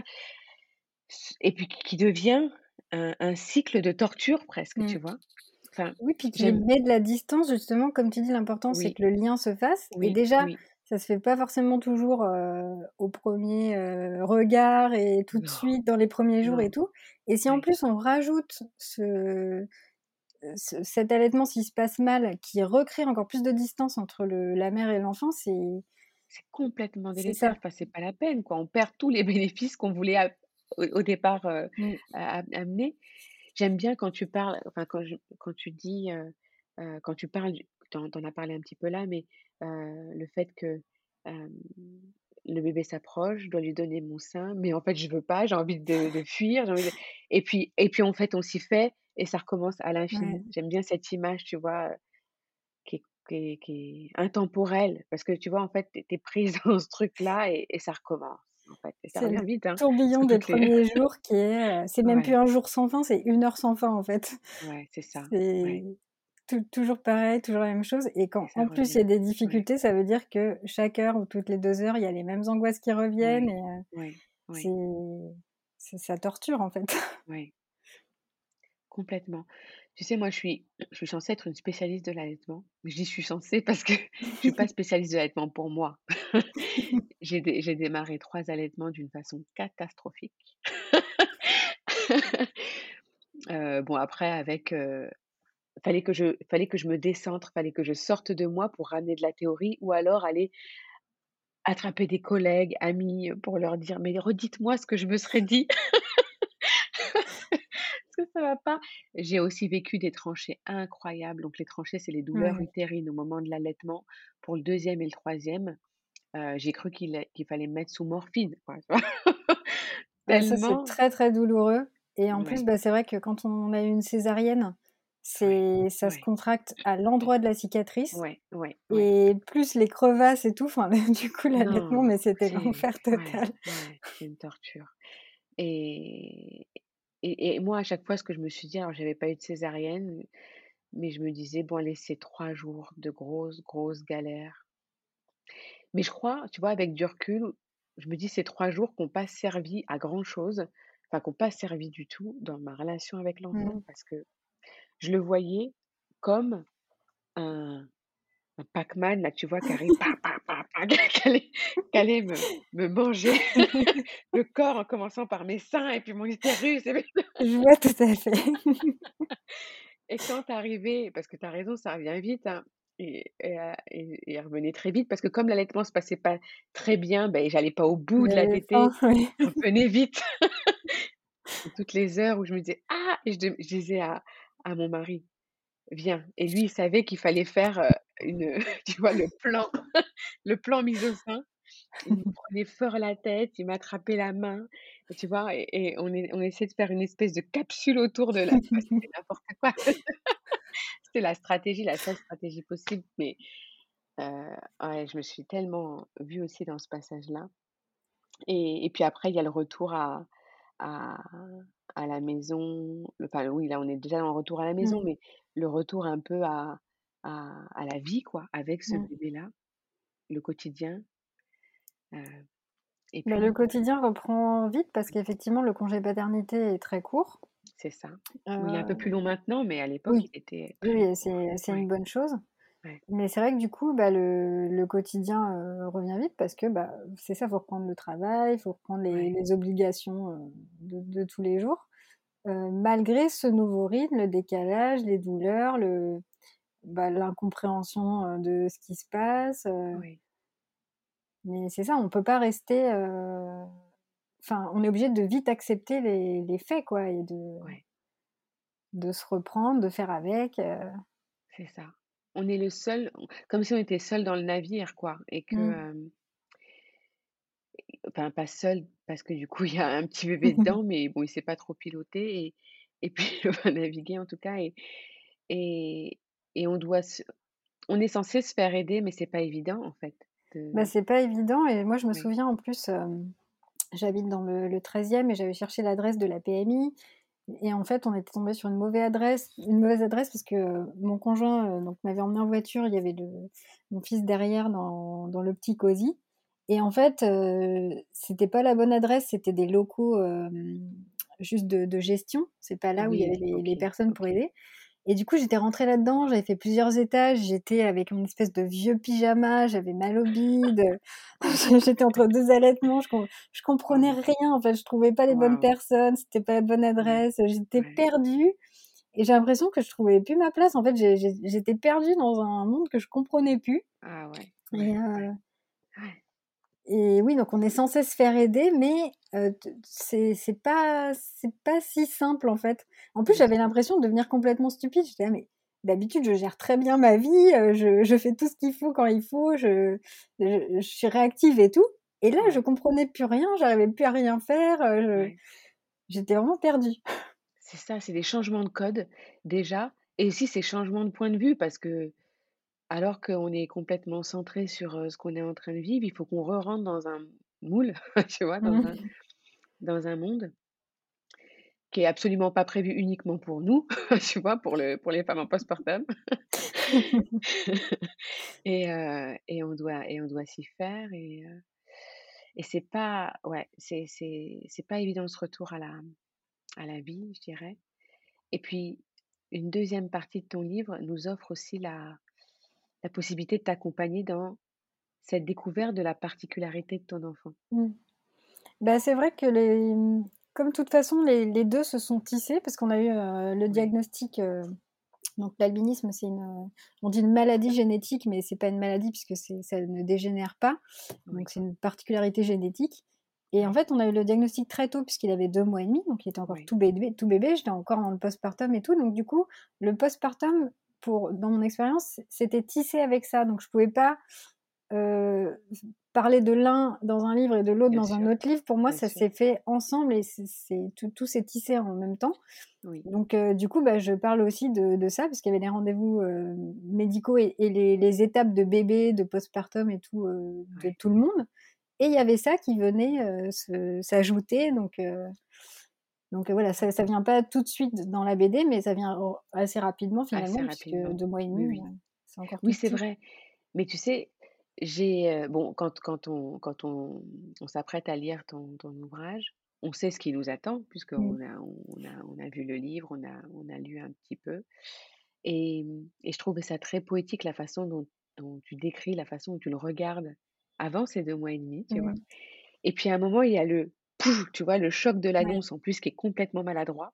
Et puis qui devient un un cycle de torture presque, Mmh. tu vois? Enfin, Oui, puis qui j'aime met de la distance justement, comme tu dis, l'important c'est oui, que le lien se fasse et oui, déjà, oui. ça se fait pas forcément toujours, heu, au premier er regard et tout de Non, suite dans les premiers jours et non, tout et si en ouais, plus on rajoute ce ce cet allaitement, s'il se passe mal, qui recrée encore plus de distance entre le la mère et l'enfant, c'est c'est complètement c'est délétère. ça. Enfin, c'est pas la peine, quoi. On perd tous les bénéfices qu'on voulait a au au départ, heu, Mmh. a a amener. J'aime bien quand tu parles, enfin quand je quand tu dis, heu heu, quand tu parles du tu en as parlé un petit peu là, mais heu, le fait que, hem, le bébé s'approche, je dois lui donner mon sein, mais en fait je veux pas, j'ai envie de de fuir, j'ai envie de et puis et puis en fait on s'y fait et ça recommence à Ouais. l'infini. J'aime bien cette image, tu vois, heu, qui est qui est qui est intemporelle parce que tu vois, en fait, tu es tu es prise dans ce truc-là et et ça recommence, en fait et ça C'est le revient vite, hein, parce tourbillon que des toutes les premiers jours qui est, heu, c'est même plus ouais, un jour sans fin, c'est une heure sans fin, en fait. ouais, c'est ça, C'est ouais tou toujours pareil, toujours la même chose et et quand, ça en plus, il y revient. a des Ouais, difficultés, ça veut dire que chaque heure ou toutes les deux heures, il y a les mêmes angoisses qui reviennent ouais, et heu, ouais, c'est ouais, c'est ça torture, en fait. ouais, complètement. Tu sais, moi, je suis je suis censée être une spécialiste de l'allaitement. Je dis: «Je suis censée» parce que je suis pas spécialiste de l'allaitement pour moi. J'ai dé j'ai démarré trois allaitements d'une façon catastrophique. Heu, bon après avec, heu, fallait que je fallait que je me décentre, fallait que je sorte de moi pour ramener de la théorie ou alors aller attraper des collègues, amis, pour leur dire: «Mais redites-moi ce que je me serais dit». Parce que ça va pas. J'ai aussi vécu des tranchées incroyables. Donc les tranchées, c'est les douleurs Ouais. utérines au moment de l'allaitement. Pour le deuxième et le troisième, heu, j'ai cru qu'il a qu'il fallait me mettre sous morphine, quoi, tu vois? Bah, ça, c'est Tellement très, très douloureux et en plus, ouais, bah, c'est vrai que quand on a eu une césarienne, ouais, c'est ça se ouais, contracte à l'endroit de la cicatrice ouais, ouais, ouais. et plus les crevasses et tout, enfin, du coup, l'allaitement, Non, mais c'était c'est l'enfer ouais, total. ouais, c'est une torture et et et moi, à chaque fois, ce que je me suis dit alors j'avais pas eu de césarienne, mais je me disais: «Bon allez, c'est trois jours de grosses, grosses galères». Mais je crois, tu vois, avec du recul, je me dis: «Ces trois jours qui ont pas servi à grand chose», enfin qui ont pas servi du tout dans ma relation avec Mmh. l'enfant parce que je le voyais comme un un Pac-Man là, tu vois, qui arrive pa pa pa pa, qui allait qui allait me me manger le corps en commençant par mes seins et puis mon utérus et puis Je vois tout à fait. et quand arrivait parce que tu as raison, ça revient vite, hein et et heu et et elle revenait très vite parce que comme l'allaitement se passait pas très bien, beh, j'allais pas au bout Il de la avait faim, tétée, oui. elle revenait vite. Et toutes les heures où je me disais: «Ah!» et je dem je disais à à mon mari: «Viens» et lui, il savait qu'il fallait faire, heu, une tu vois, le plan le plan mise au sein. Il me prenait fort la tête, il m'attrapait la main et tu vois? Et et on est on essayait de faire une espèce de capsule autour de la enfin, c'était n'importe quoi. C'était la stratégie, la seule stratégie possible, mais heu, ouais, je me suis tellement vue aussi dans ce passage-là et et puis après, il y a le retour à à à la maison, enfin oui, là, on est déjà dans le retour à la maison, Mmh, mais le retour un peu à à à la vie, quoi, avec ce mmh. bébé-là, le quotidien, heu et Bah, le puis quotidien reprend vite parce qu'effectivement, le congé paternité est très court. c'est ça. Bon, il est un peu plus Heu, long maintenant, mais à l'époque, oui, il était oui, très oui, court. c'est c'est une Ouais, bonne chose. ouais, Mais c'est vrai que du coup, bah, le le quotidien, heu, revient vite parce que, bah, c'est ça, faut reprendre le travail, faut reprendre les ouais, les obligations, heu, de de tous les jours. Heu, malgré ce nouveau rythme, le décalage, les douleurs, le bah, l'incompréhension, heu, de ce qui se passe, heu, ouais, mais c'est ça, on peut pas rester, heu, enfin, on est obligé de vite accepter les les faits, quoi et de ouais, de se reprendre, de faire avec, heu, c'est ça. On est le seul on comme si on était seul dans le navire, quoi et que, mmh. hem, enfin, pas seul parce que du coup, il y a un petit bébé dedans, mais bon, il sait pas trop piloter et et puis il va naviguer en tout cas et et et on doit se on est censé se faire aider, mais c'est pas évident en fait Bah, de c'est pas évident et moi je me ouais, souviens en plus, hem, j'habite dans le le treizième et j'avais cherché l'adresse de la P M I et en fait, on était tombé sur une mauvaise adresse une mauvaise adresse parce que, heu, mon conjoint, heu, donc m'avait emmenée en voiture, il y avait le mon fils derrière dans dans le petit cosy et en fait, heu, c'était pas la bonne adresse, c'était des locaux, hem, juste de de gestion, c'est pas là où il y avait oui, les OK, les personnes pour OK. aider et du coup, j'étais rentrée là-dedans, j'avais fait plusieurs étages, j'étais avec mon espèce de vieux pyjama, j'avais mal au bide, heu, j'étais entre deux allaitements, je com je comprenais Waouh, rien, en fait, je trouvais pas les bonnes waouh, personnes, c'était pas la bonne ouais, adresse, j'étais ouais. perdue et j'ai l'impression que je trouvais plus ma place. En fait, j'ai j'ai j'étais perdue dans un monde que je comprenais plus Ah ouais, et ouais, ouais, heu ouais. et oui, donc on est censé se faire aider, mais heu, t c'est c'est pas c'est pas si simple, en fait. En plus, Bien j'avais sûr. l'impression de devenir complètement stupide. J'étais là: «Mais d'habitude, je gère très bien ma vie, heu, je je fais tout ce qu'il faut quand il faut, je je je suis réactive et tout» et là, je Ouais, comprenais plus rien, j'arrivais plus à rien faire, heu, je ouais. j'étais vraiment perdue. C'est ça, c'est des changements de code déjà et aussi ces changements de point de vue parce que alors qu'on est complètement centré sur, heu, ce qu'on est en train de vivre, il faut qu'on re-rentre dans un moule, tu vois? Dans un Mmh. dans un monde qui est absolument pas prévu uniquement pour nous, tu vois? Pour le pour les femmes en postpartum et heu et on doit et on doit s'y faire et heu et c'est pas ouais, c'est c'est c'est pas évident ce retour à la à la vie, je dirais et puis une deuxième partie de ton livre nous offre aussi la la possibilité de t'accompagner dans cette découverte de la particularité de ton enfant. Mmh. Bah, c'est vrai que les mmh, comme de toute façon les les deux se sont tissés parce qu'on a eu, heu, le Ouais, diagnostic, heu donc l'albinisme, c'est une, heu, on dit une maladie génétique, mais c'est pas une maladie puisque c'est ça ne dégénère pas. oui, Donc c'est une particularité génétique Et en Ouais. fait, on a eu le diagnostic très tôt puisqu'il avait deux mois et demi, donc il était encore Oui. tout bébé tout bébé, j'étais encore dans le postpartum et tout, donc du coup, le postpartum pour dans mon expérience, c'était tissé avec ça, donc je pouvais pas, heu, parler de l'un dans un livre et de l'autre Bien dans un sûr, autre livre. Pour moi, bien ça sûr. s'est fait ensemble et c'est c'est tout tout s'est tissé en même temps. Oui. Donc heu, du coup, bah, je parle aussi de de ça parce qu'il y avait les rendez-vous, heu, médicaux et et les les étapes de bébé, de postpartum et tout, heu, de Ouais. tout le monde et il y avait ça qui venait, heu, se s'ajouter donc heu donc heu, voilà, ça ça vient pas tout de suite dans la B D, mais ça vient au assez rapidement Assez finalement puisque rapidement. deux mois et Oui, demi, oui. heu, c'est encore Oui, tout c'est petit. vrai. Mais tu sais, j'ai, heu, bon, quand quand on quand on on s'apprête à lire ton ton ouvrage, on sait ce qui nous attend Mmh. puisqu'on a on a on a vu le livre, on a on a lu un petit peu et mmh et je trouvais ça très poétique la façon dont dont tu décris, la façon dont tu le regardes avant ces deux mois et demi, tu vois? Mmh. Et puis à un moment, il y a le pouf, tu vois? Le choc de Ouais. l'annonce en plus qui est complètement maladroit,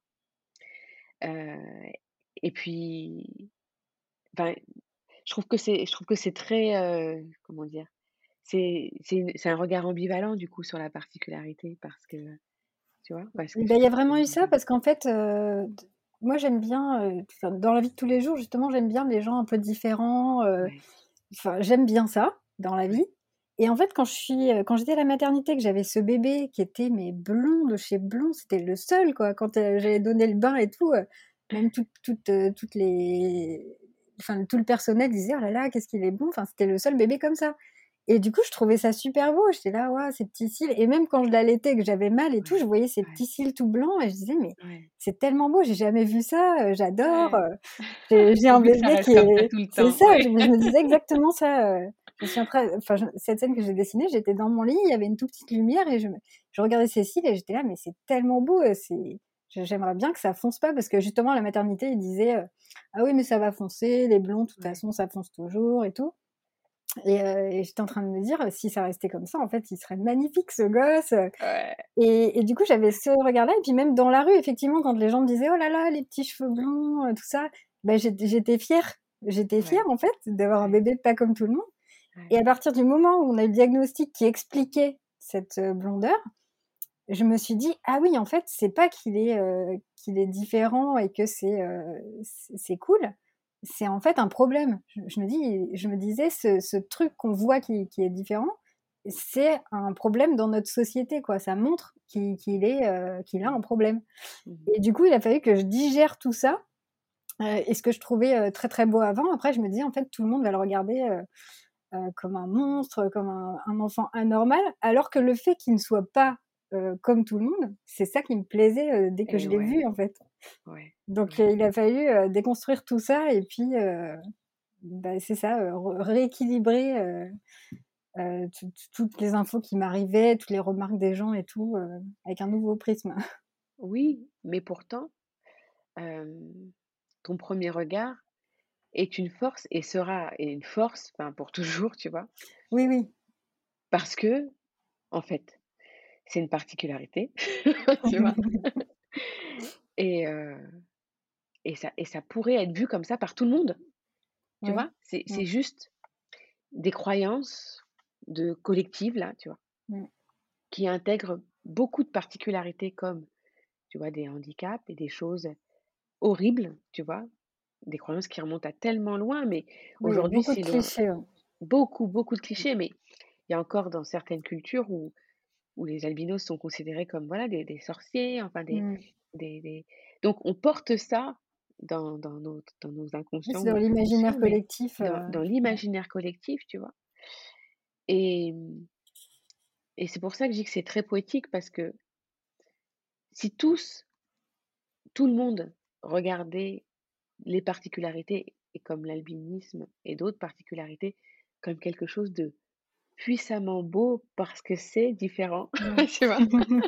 heu et puis, enfin, je trouve que c'est je trouve que c'est très, heu, comment dire? C'est c'est une c'est un regard ambivalent du coup sur la particularité parce que tu vois? Parce Et que bah, je il y a trouve que vraiment eu ça ouais, parce qu'en fait, heu, d moi j'aime bien, heu, enfin dans la vie de tous les jours justement, j'aime bien les gens un peu différents, heu, ouais, enfin j'aime bien ça dans la ouais, vie et en fait quand je suis, heu, quand j'étais à la maternité, que j'avais ce bébé qui était mais blond de chez blond, c'était le seul quoi. Quand, heu, j'allais donner le bain et tout, heu, même toutes toutes, heu, toutes les enfin tout le personnel disait: «Oh là là, qu'est-ce qu'il est blond!» enfin c'était le seul bébé comme ça. Et du coup, je trouvais ça super beau. J'étais là: «Waouh, ces petits cils» et même quand je l'allaitais, que j'avais mal et tout, je ouais, voyais ces ouais, petits cils tout blancs et je disais: «Mais ouais, c'est tellement beau, j'ai jamais vu ça, heu, j'adore, ouais. heu, j'ai j'ai un Pourvu que ça bébé qui reste comme ça est» tout le c'est temps, ça, je ouais. me je me disais exactement ça, heu, je suis en train enfin je cette scène que j'ai dessinée, j'étais dans mon lit, il y avait une toute petite lumière et je me je regardais ces cils et j'étais là: «Mais c'est tellement beau, heu, c'est je j'aimerais bien que ça fonce pas» parce que justement à la maternité, ils disaient, heu: «Ah oui, mais ça va foncer, les blonds, de toute Ouais, façon, ça fonce toujours et tout». Et, heu, et j'étais en train de me dire: «Si ça restait comme ça, en fait, il serait magnifique ce gosse», heu, ouais, et et du coup, j'avais ce regard-là et puis même dans la rue, effectivement, quand les gens me disaient: «Oh là là, les petits cheveux blonds, heu, tout ça», bah, j'étais j'étais fière. J'étais fière, ouais, en fait, d'avoir un ouais, bébé pas comme tout le monde ouais, et à partir du moment où on a eu le diagnostic qui expliquait cette, heu, blondeur, je me suis dit: «Ah oui, en fait, c'est pas qu'il est, heu, qu'il est différent et que c'est, heu, c'est c'est cool, c'est en fait un problème». Je je me dis je me disais: «Ce ce truc qu'on voit qui qui est différent, c'est un problème dans notre société, quoi. Ça montre qu'il qu'il est, heu, qu'il a un mmh, problème» mmh, et du coup, il a fallu que je digère tout ça, heu et ce que je trouvais, heu, très, très beau avant, après je me disais: «En fait, tout le monde va le regarder, heu heu, comme un monstre, comme un un enfant anormal», alors que le fait qu'il ne soit pas, heu, comme tout le monde, c'est ça qui me plaisait, heu, dès que et je l'ai vu, ouais, en fait. ouais, Donc ouais. heu, il a fallu, heu, déconstruire tout ça et puis, heu, bah, c'est ça, heu, re rééquilibrer, heu heu, tout tout toutes les infos qui m'arrivaient, toutes les remarques des gens et tout, heu, avec un nouveau prisme. Oui, mais pourtant, hem, ton premier regard est une force et sera et une force, enfin, pour toujours, tu vois? Oui, oui. Parce que, en fait, c'est une particularité, tu vois? Et heu et ça et ça pourrait être vu comme ça par tout le monde, tu Oui. vois? C'est Mmh, c'est juste des croyances de collectives là, tu vois? mmh. Qui intègrent beaucoup de particularités comme, tu vois, des handicaps et des choses horribles, tu vois? Des croyances qui remontent à tellement loin, mais Oui, il y a aujourd'hui, beaucoup de c'est le clichés, ouais. beaucoup, beaucoup de clichés, mais il y a encore dans certaines cultures où où les albinos sont considérés comme, voilà, des des sorciers, enfin des Mmh. des des donc on porte ça dans dans nos dans nos Oui, inconscients c'est ou dans nos l'imaginaire conscients, mais collectif, dans heu, dans ouais. l'imaginaire collectif, tu vois? Et mmh et c'est pour ça que je dis que c'est très poétique parce que si tous, tout le monde regardait les particularités et comme l'albinisme et d'autres particularités comme quelque chose de puissamment beau parce que c'est différent, Mmh. tu vois?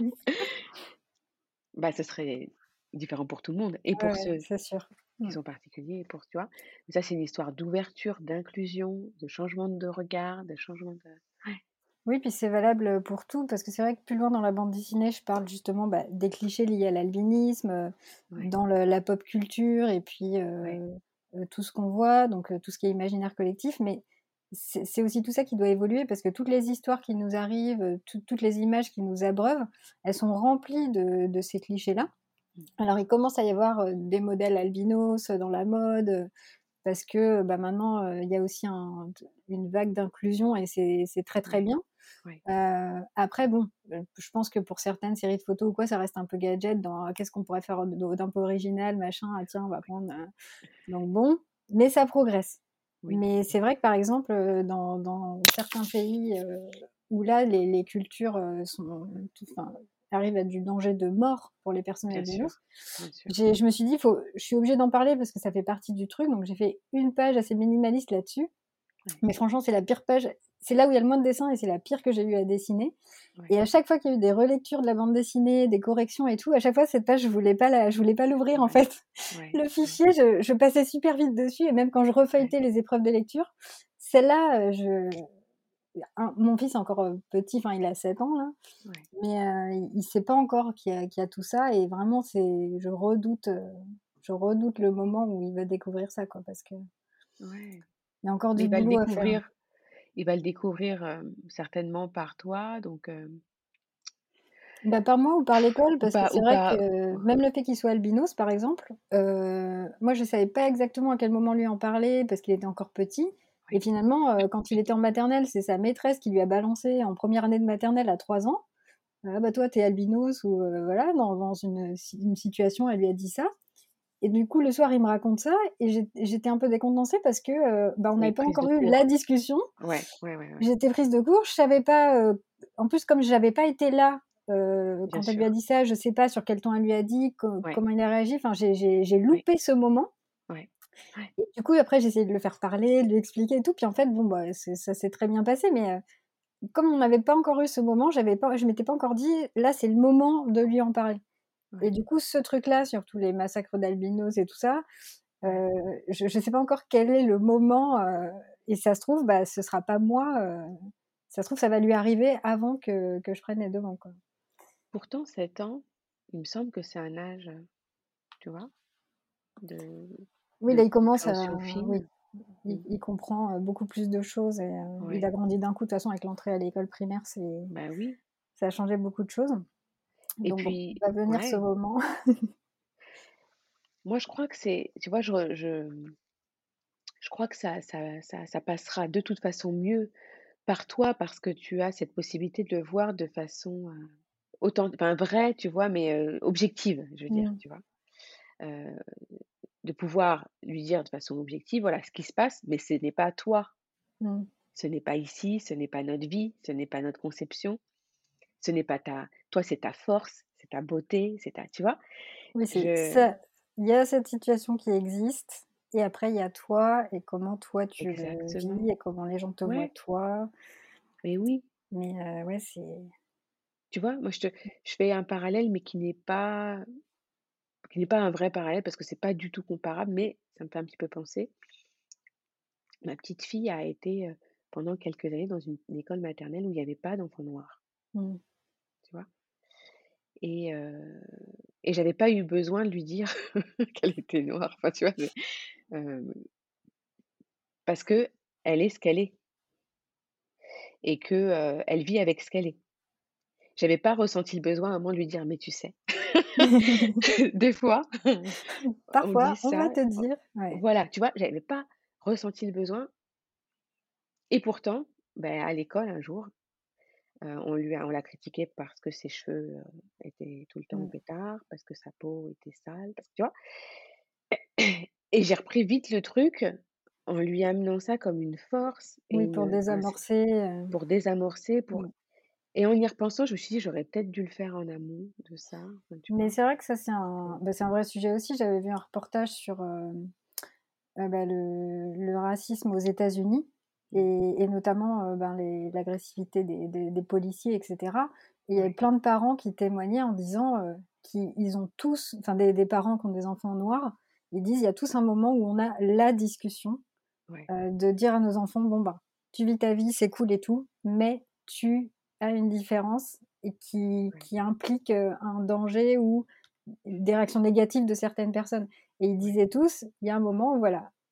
Bah, ce serait différent pour tout le monde et Ouais, pour ouais, ceux c'est sûr. qui Mmh. sont particuliers et pour tu vois? Ça, c'est une histoire d'ouverture, d'inclusion, de changement de regard, de changement de ouais, Oui, puis c'est valable, pour tout, parce que c'est vrai que plus loin dans la bande dessinée, je parle justement, bah, des clichés liés à l'albinisme, heu, ouais, dans le la pop culture et puis, ouais, heu heu, tout ce qu'on voit, donc heu, tout ce qui est imaginaire collectif. Mais c'est c'est aussi tout ça qui doit évoluer parce que toutes les histoires qui nous arrivent, heu, tout toutes les images qui nous abreuvent, elles sont remplies de de ces clichés-là. Mmh. Alors il commence à y avoir, heu, des modèles albinos, heu, dans la mode, heu, parce que, bah, maintenant, heu, il y a aussi un t une vague d'inclusion et c'est c'est très, très Ouais, bien. ouais, Heu, après bon, heu, je pense que pour certaines séries de photos ou quoi, ça reste un peu gadget dans: «Qu'est-ce qu'on pourrait faire de d'un peu original, machin? Ah tiens, on va prendre, heu» donc bon, mais ça progresse. oui, Mais c'est vrai que par exemple, heu, dans dans certains pays, heu, où là les les cultures, heu, sont tout enfin, arrivent à du danger de mort pour les personnes bien sûr, albinos, bien sûr. j'ai je me suis dit: «Faut je suis obligée d'en parler parce que ça fait partie du truc», donc j'ai fait une page assez minimaliste là-dessus. Ouais, Mais franchement, c'est la pire page. C'est là où il y a le moins de dessins et c'est la pire que j'ai eu à dessiner. ouais, Et à chaque fois qu'il y a eu des relectures de la bande dessinée, des corrections et tout, à chaque fois cette page, je voulais pas la je voulais pas l'ouvrir en ouais, fait. ouais, Le ouais, fichier, je je passais super vite dessus et même quand je ouais, refeuilletais les épreuves de lecture, celle-là, heu, je un mon fils est encore, heu, petit, enfin il a sept ans là, ouais, mais heu, il il sait pas encore qu'il y a qu'il y a tout ça et vraiment c'est je redoute, heu, je redoute le moment où il va découvrir ça quoi, parce qu'il ouais. y a encore Mais du il va le boulot à faire. découvrir il va le découvrir, hem, certainement par toi, donc hem, Bah, par moi ou par l'école, ou parce que pas c'est ou vrai pas que même le fait qu'il soit albinos, par exemple, heu, moi je savais pas exactement à quel moment lui en parler parce qu'il était encore petit et ouais, finalement, heu, quand il était en maternelle, c'est sa maîtresse qui lui a balancé en première année de maternelle à trois ans: «Ah bah, toi tu es albinos» ou heu, voilà, dans dans une si une situation, elle lui a dit ça et du coup, le soir, il me raconte ça et j'ét j'étais un peu décontenancée parce que, heu, bah, on oui, n'avait pas prise de encore eu la court. discussion. Ouais, ouais, ouais, ouais, J'étais prise de court, je savais pas, heu, en plus comme j'avais pas été là, heu, bien quand elle lui a sûr. dit ça, je sais pas sur quel ton elle lui a dit, co Ouais, comment il a réagi, enfin j'ai j'ai j'ai ouais, loupé ce moment ouais, ouais, et du coup après j'ai essayé de le faire parler, de lui expliquer et tout, puis en fait bon bah, c'est ça s'est très bien passé mais, heu, comme on n'avait pas encore eu ce moment, j'avais pas je m'étais pas encore dit: «Là c'est le moment de lui en parler» et ouais, du coup ce truc-là sur tous les massacres d'albinos et tout ça, ouais. heu, je je sais pas encore quel est le moment, heu et ça se trouve, bah, ce sera pas moi, heu, ça se trouve ça va lui arriver avant que que je prenne les devants, quoi. Pourtant sept ans, il me semble que c'est un âge, heu, tu vois, de Oui, là, de il commence à compréhension oui, fine. il Mmh. il comprend, heu, beaucoup plus de choses et heu, il Ouais, a grandi d'un coup. De toute façon, avec l'entrée à l'école primaire, c'est bah, oui, ça a changé beaucoup de choses. et Donc bon, puis va venir ce ouais, moment. moi je crois que c'est tu vois, je re je je crois que ça ça ça ça passera de toute façon mieux par toi parce que tu as cette possibilité de le voir de façon, heu, authent enfin vraie, tu vois? Mais, heu, objective, je veux dire, Mmh, tu vois? Heu, de pouvoir lui dire de façon objective, voilà ce qui se passe, mais ce n'est pas toi, mmh. ce n'est pas ici, ce n'est pas notre vie, ce n'est pas notre conception, ce n'est pas ta toi, c'est ta force, c'est ta beauté, c'est ta tu vois? Oui, c'est Je ça il y a cette situation qui existe et après il y a toi et comment toi tu le exactement, vis et comment les gens te voient ouais, toi. mais oui, Mais heu, ouais, c'est tu vois? Moi, je te je fais un parallèle, mais qui n'est pas qui n'est pas un vrai parallèle parce que c'est pas du tout comparable, mais ça me fait un petit peu penser. Ma petite fille a été, heu, pendant quelques années dans une une école maternelle où il y avait pas d'enfants noirs, mmh. tu vois? Et heu et j'avais pas eu besoin de lui dire qu'elle était noire, enfin, tu vois? C'est, hem, parce qu'elle est ce qu'elle est et que, heu, elle vit avec ce qu'elle est. J'avais pas ressenti le besoin à un moment de lui dire: «Mais tu sais, des fois, on dit Parfois, on va ça». te dire ouais. Voilà, tu vois? J'avais pas ressenti le besoin et pourtant, ben à l'école un jour, heu, on lui a on l'a critiquée parce que ses cheveux, heu, étaient tout le temps en Mmh. pétard, parce que sa peau était sale, parce que tu vois? Et j'ai repris vite le truc en lui amenant ça comme une force et Oui, pour une, un désamorcer, heu, pour désamorcer, pour mmh. et en y repensant, je me suis dit: «J'aurais peut-être dû le faire en amont de ça», enfin, tu Mais vois? c'est vrai que ça, c'est un Mmh. bah, c'est un vrai sujet aussi. J'avais vu un reportage sur, hem, heu, bah, le le racisme aux États-Unis Mmh. et et notamment, heu, ben, les l'agressivité des des des policiers et cetera et il y avait Ouais, plein de parents qui témoignaient en disant, heu, qu'ils ils ont tous enfin des des parents qui ont des enfants noirs, ils disent: «Il y a tous un moment où on a la discussion, ouais, heu, de dire à nos enfants: "Bon, ben, tu vis ta vie, c'est cool et tout, mais tu as une différence et qui ouais, qui implique, heu, un danger ou des réactions négatives de certaines personnes" et ils ouais, disaient tous: «Il y a un moment où voilà,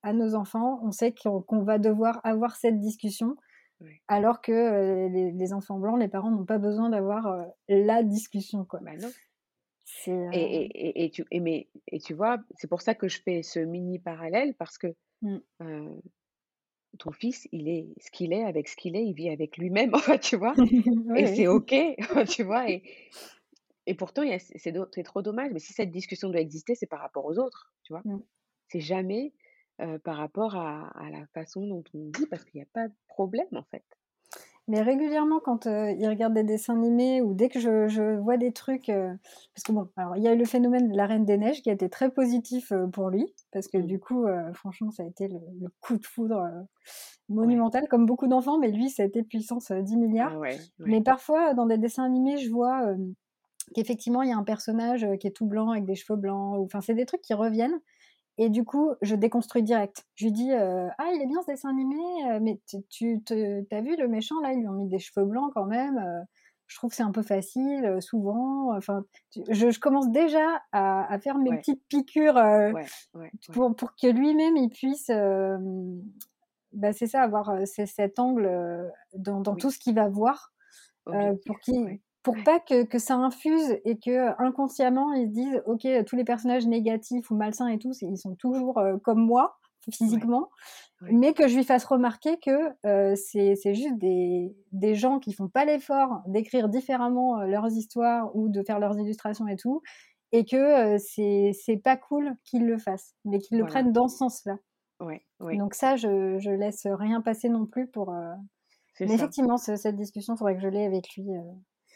à nos enfants, on sait qu'on qu'on va devoir avoir cette discussion, Ouais. alors que, heu, les les enfants blancs, les parents n'ont pas besoin d'avoir, heu, la discussion, quoi. Bah, non. C'est, Et heu et et et tu et mais et tu vois, c'est pour ça que je fais ce mini parallèle parce que, mmh. heu, ton fils, il est ce qu'il est avec ce qu'il est, il vit avec lui-même, en fait, tu vois? Et Oui, c'est oui. OK, tu vois? Et et pourtant, il y a c'est c'est do c'est trop dommage, mais si cette discussion doit exister, c'est par rapport aux autres, tu vois? Mmh. C'est jamais, heu, par rapport à à la façon dont on vit parce qu'il y a pas de problème, en fait. Mais régulièrement quand, heu, il regarde des dessins animés ou dès que je je vois des trucs, heu parce que bon, alors il y a eu le phénomène de la Reine des Neiges qui a été très positif, heu, pour lui, parce que Mmh. du coup, heu, franchement ça a été le le coup de foudre, heu, Ouais. monumental comme beaucoup d'enfants, mais lui ça a été puissance, heu, dix Ah milliards. ouais, Mais ouais. parfois dans des dessins animés, je vois, hem, qu'effectivement il y a un personnage, heu, qui est tout blanc avec des cheveux blancs ou enfin c'est des trucs qui reviennent et du coup, je déconstruis direct. Je lui dis, heu: «Ah, il est bien ce dessin animé, heu, mais tu tu te tu vu le méchant là, ils lui ont mis des cheveux blancs quand même, heu, je trouve que c'est un peu facile, heu, souvent». Enfin, tu je je commence déjà à à faire mes Ouais, petites piqûres, heu, ouais, ouais, ouais. pour pour que lui-même il puisse, hem, bah, c'est ça, avoir, heu, ce cet angle, heu, dans dans tout Oui, ce qu'il va voir. Heu, objectif, pour qu'il ouais. pour Ouais, pas que que ça infuse et qu'inconsciemment, ils se disent: «OK, tous les personnages négatifs ou malsains et tout, c'est ils sont toujours, heu, comme moi, ouais, physiquement», ouais, mais que je lui fasse remarquer que, heu, c'est c'est juste des des gens qui font pas l'effort d'écrire différemment, heu, leurs histoires ou de faire leurs illustrations et tout et que, heu, c'est c'est pas cool qu'ils le fassent, mais qu'ils le voilà. prennent dans ce sens-là. Ouais, ouais, Donc ça, je je laisse rien passer non plus pour, heu c'est mais ça. effectivement, ce cette discussion, il faudrait que je l'ai avec lui, heu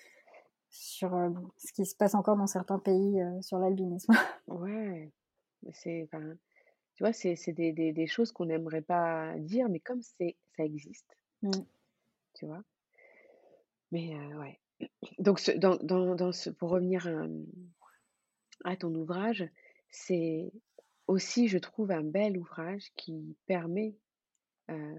sur, heu, bon, ce qui se passe encore dans certains pays, heu, sur l'albinisme. Ouais, mais c'est enfin, tu vois, c'est c'est des des des choses qu'on n'aimerait pas dire, mais comme c'est ça existe, Mmh. tu vois? Mais heu, ouais. Donc ce dans dans dans ce pour revenir à, mmh, à ton ouvrage, c'est aussi, je trouve, un bel ouvrage qui permet, heu,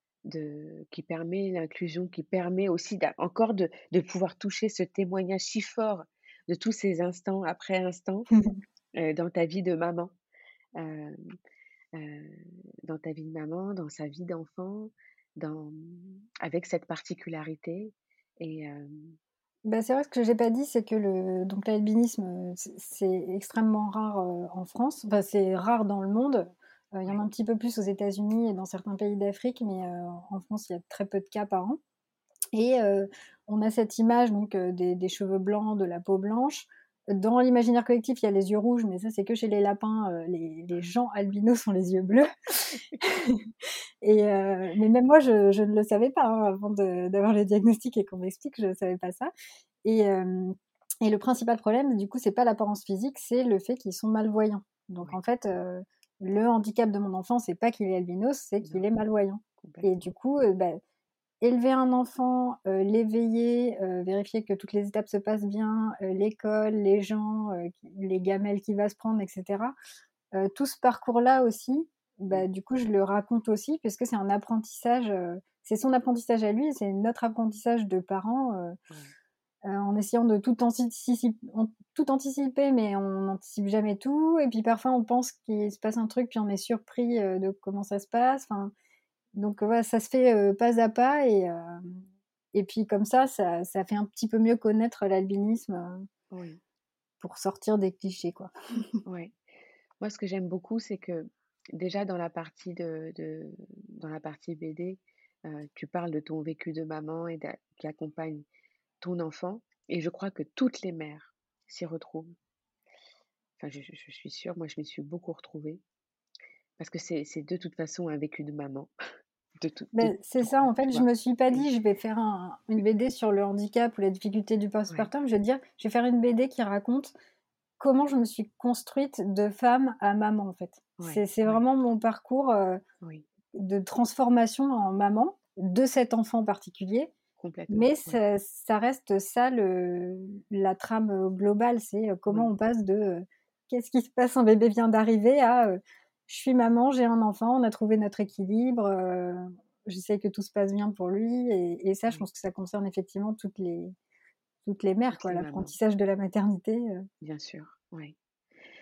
de qui permet l'inclusion, qui permet aussi d'a encore de de pouvoir toucher ce témoignage si fort de tous ces instants après instants, heu, dans ta vie de maman. Hem, heu, dans ta vie de maman, dans sa vie d'enfant, dans avec cette particularité et hem Bah, c'est vrai, ce que j'ai pas dit, c'est que le donc l'albinisme, heu, c'est c'est extrêmement rare, heu, en France. Enfin, c'est rare dans le monde. Heu, il y en a ouais, un petit peu plus aux États-Unis et dans certains pays d'Afrique, mais heu, en France, il y a très peu de cas par an et heu, on a cette image donc heu, des des cheveux blancs, de la peau blanche. Dans l'imaginaire collectif, il y a les yeux rouges, mais ça, c'est que chez les lapins, heu, les les gens albinos ont les yeux bleus. Et heu, mais même moi, je je ne le savais pas, hein, avant de d'avoir le diagnostic et qu'on m'explique, je ne savais pas ça et hem et le principal problème, du coup, c'est pas l'apparence physique, c'est le fait qu'ils sont malvoyants. Donc ouais, en fait, heu, le handicap de mon enfant, c'est pas qu'il est albinos, c'est qu'il non, est malvoyant et du complètement. coup, heu, bah, élever un enfant, heu, l'éveiller, heu, vérifier que toutes les étapes se passent bien, heu, l'école, les gens, heu, qui les gamelles qu'il va se prendre et cetera. Heu, tout ce parcours-là aussi, Mmh, bah, du coup, je le raconte aussi puisque c'est un apprentissage, heu, c'est son apprentissage à lui et c'est notre apprentissage de parents, heu ouais, heu, en essayant de tout antiticip an tout anticiper, mais on n'anticipe jamais tout et puis parfois on pense qu'il se passe un truc, puis on est surpris, heu, de comment ça se passe, enfin, donc voilà, ça se fait, heu, pas à pas et hem et puis comme ça, ça ça fait un petit peu mieux connaître l'albinisme, heu, oui, pour sortir des clichés, quoi. ouais. Moi, ce que j'aime beaucoup, c'est que déjà dans la partie de de dans la partie B D, heu, tu parles de ton vécu de maman et d'a qui accompagne ton enfant et je crois que toutes les mères s'y retrouvent. Enfin, je je je suis sûre, moi, je m'y suis beaucoup retrouvée parce que c'est c'est de toute façon un vécu de maman, de tout de Beh, c'est tout ça, court, en fait, tu je vois? me suis pas Et dit: «Je vais faire un une B D sur le handicap ou la difficulté du ouais, postpartum». Je vais dire: «Je vais faire une B D qui raconte comment je me suis construite de femme à maman», en fait. ouais, C'est c'est ouais, vraiment mon parcours, heu, oui, de transformation en maman de cet enfant particulier, complètement, mais oui, ça ça reste ça le la trame, heu, globale. C'est, heu, comment oui, on passe de, heu: «Qu'est-ce qui se passe? Un bébé vient d'arriver» à, heu: «Je suis maman, j'ai un enfant, on a trouvé notre équilibre, heu, j'essaie que tout se passe bien pour lui» et et ça, je oui, pense que ça concerne effectivement toutes les toutes les mères, toutes quoi, les mamans, l'apprentissage de la maternité, heu. bien sûr, ouais.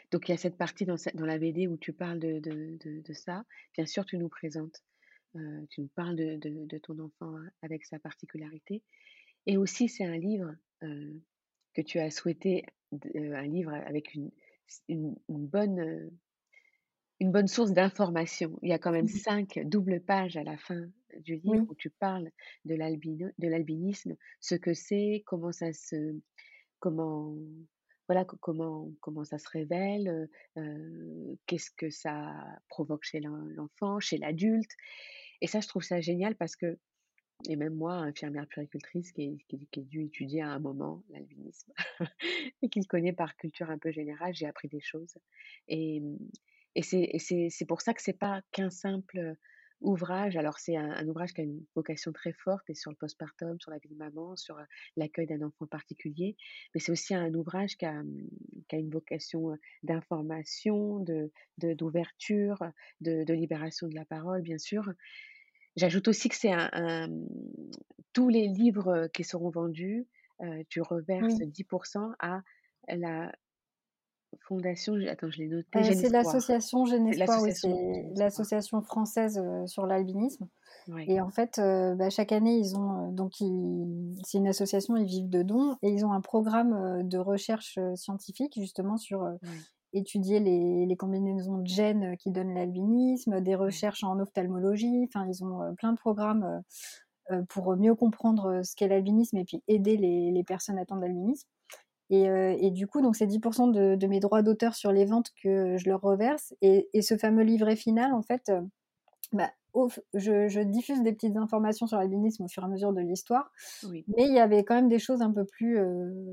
Donc il y a cette partie dans ce dans la B D où tu parles de de de de ça. Bien sûr, tu nous présentes, heu, tu nous parles de de de ton enfant avec sa particularité et aussi c'est un livre, heu, que tu as souhaité d heu, un livre avec une s une une bonne, heu, une bonne source d'information. Il y a quand même cinq doubles pages à la fin du livre Oui, où tu parles de l'albino de l'albinisme, ce que c'est, comment ça se comment voilà, co comment comment ça se révèle, heu heu, qu'est-ce que ça provoque chez l'en l'enfant, chez l'adulte et ça, je trouve ça génial parce que et même moi, infirmière puéricultrice qui ai qui qui ai dû étudier à un moment l'albinisme et qui le connaît par culture un peu générale, j'ai appris des choses et mmh et c'est et c'est c'est pour ça que c'est pas qu'un simple, ouvrage. Alors c'est un un ouvrage qui a une vocation très forte et sur le postpartum, sur la vie de maman, sur, heu, l'accueil d'un enfant particulier, mais c'est aussi un ouvrage qui a, mmh, qui a une vocation, heu, d'information, de de d'ouverture, de de libération de la parole, bien sûr. J'ajoute aussi que c'est un un, mmh, tous les livres, qui seront vendus, heu, tu reverses oui. dix à la fondation j attends, je l'ai noté, Heu, Jeune c'est Espoir. l'association Jeune C'est Espoir, oui, l'association c'est Jeune Espoir. l'association française, heu, sur l'albinisme Ouais, et en fait, heu, bah, chaque année, ils ont, heu, donc ils c'est une association, ils vivent de dons et ils ont un programme, heu, de recherche, heu, scientifique justement sur, heu, ouais, étudier les les combinaisons de gènes, heu, qui donnent l'albinisme, des ouais, recherches en ophtalmologie, enfin ils ont, heu, plein de programmes, heu heu, pour mieux comprendre, heu, ce qu'est l'albinisme et puis aider les les personnes atteintes d'albinisme. Et, heu, et du coup, donc c'est dix de, de mes droits d'auteur sur les ventes que je leur reverse. Et, et ce fameux livret final, en fait, euh, bah, au je, je diffuse des petites informations sur l'albinisme au fur et à mesure de l'histoire, oui, mais il y avait quand même des choses un peu plus, euh,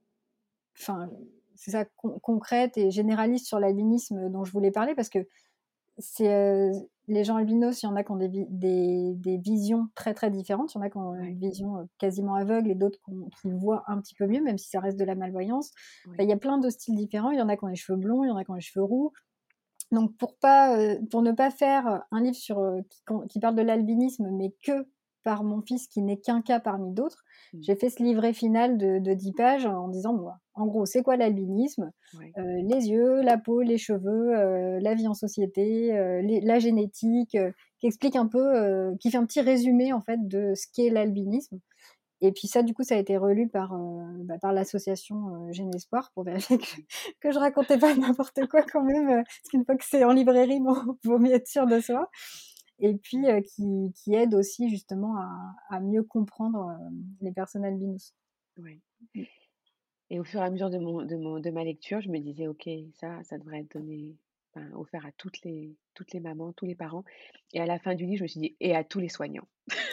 enfin, c'est ça, con- concrètes et généralistes sur l'albinisme dont je voulais parler parce que c'est euh, les gens albinos, il y en a qui ont des, vi- des, des visions très très différentes. Il y en a qui ont ouais, une vision euh, quasiment aveugle et d'autres qui, ont- qui voient un petit peu mieux, même si ça reste de la malvoyance. Enfin, oui, il y a plein de styles différents. Il y en a qui ont les cheveux blonds, il y en a qui ont les cheveux roux. Donc pour pas, euh, pour ne pas faire un livre sur, euh, qui, qui parle de l'albinisme, mais que par mon fils, qui n'est qu'un cas parmi d'autres, mmh, j'ai fait ce livret final de, de dix pages en disant, bon, en gros, c'est quoi l'albinisme? ouais, Euh, les yeux, la peau, les cheveux, euh, la vie en société, euh, les- la génétique, euh, qui explique un peu, euh, qui fait un petit résumé en fait de ce qu'est l'albinisme. Et puis ça, du coup, ça a été relu par, euh, bah, par l'association euh, Jeune Espoir pour vérifier que, ouais, que je racontais pas n'importe quoi quand même, euh, parce qu'une fois que c'est en librairie, bon, vaut mieux être sûr de soi. Et puis euh, qui, qui aide aussi justement à, à mieux comprendre euh, les personnes albinos. ouais et au fur et à mesure de mon de mon de ma lecture, je me disais: «OK, ça, ça devrait être donné enfin, offert à toutes les toutes les mamans, tous les parents» et à la fin du livre, je me suis dit: «Et à tous les soignants»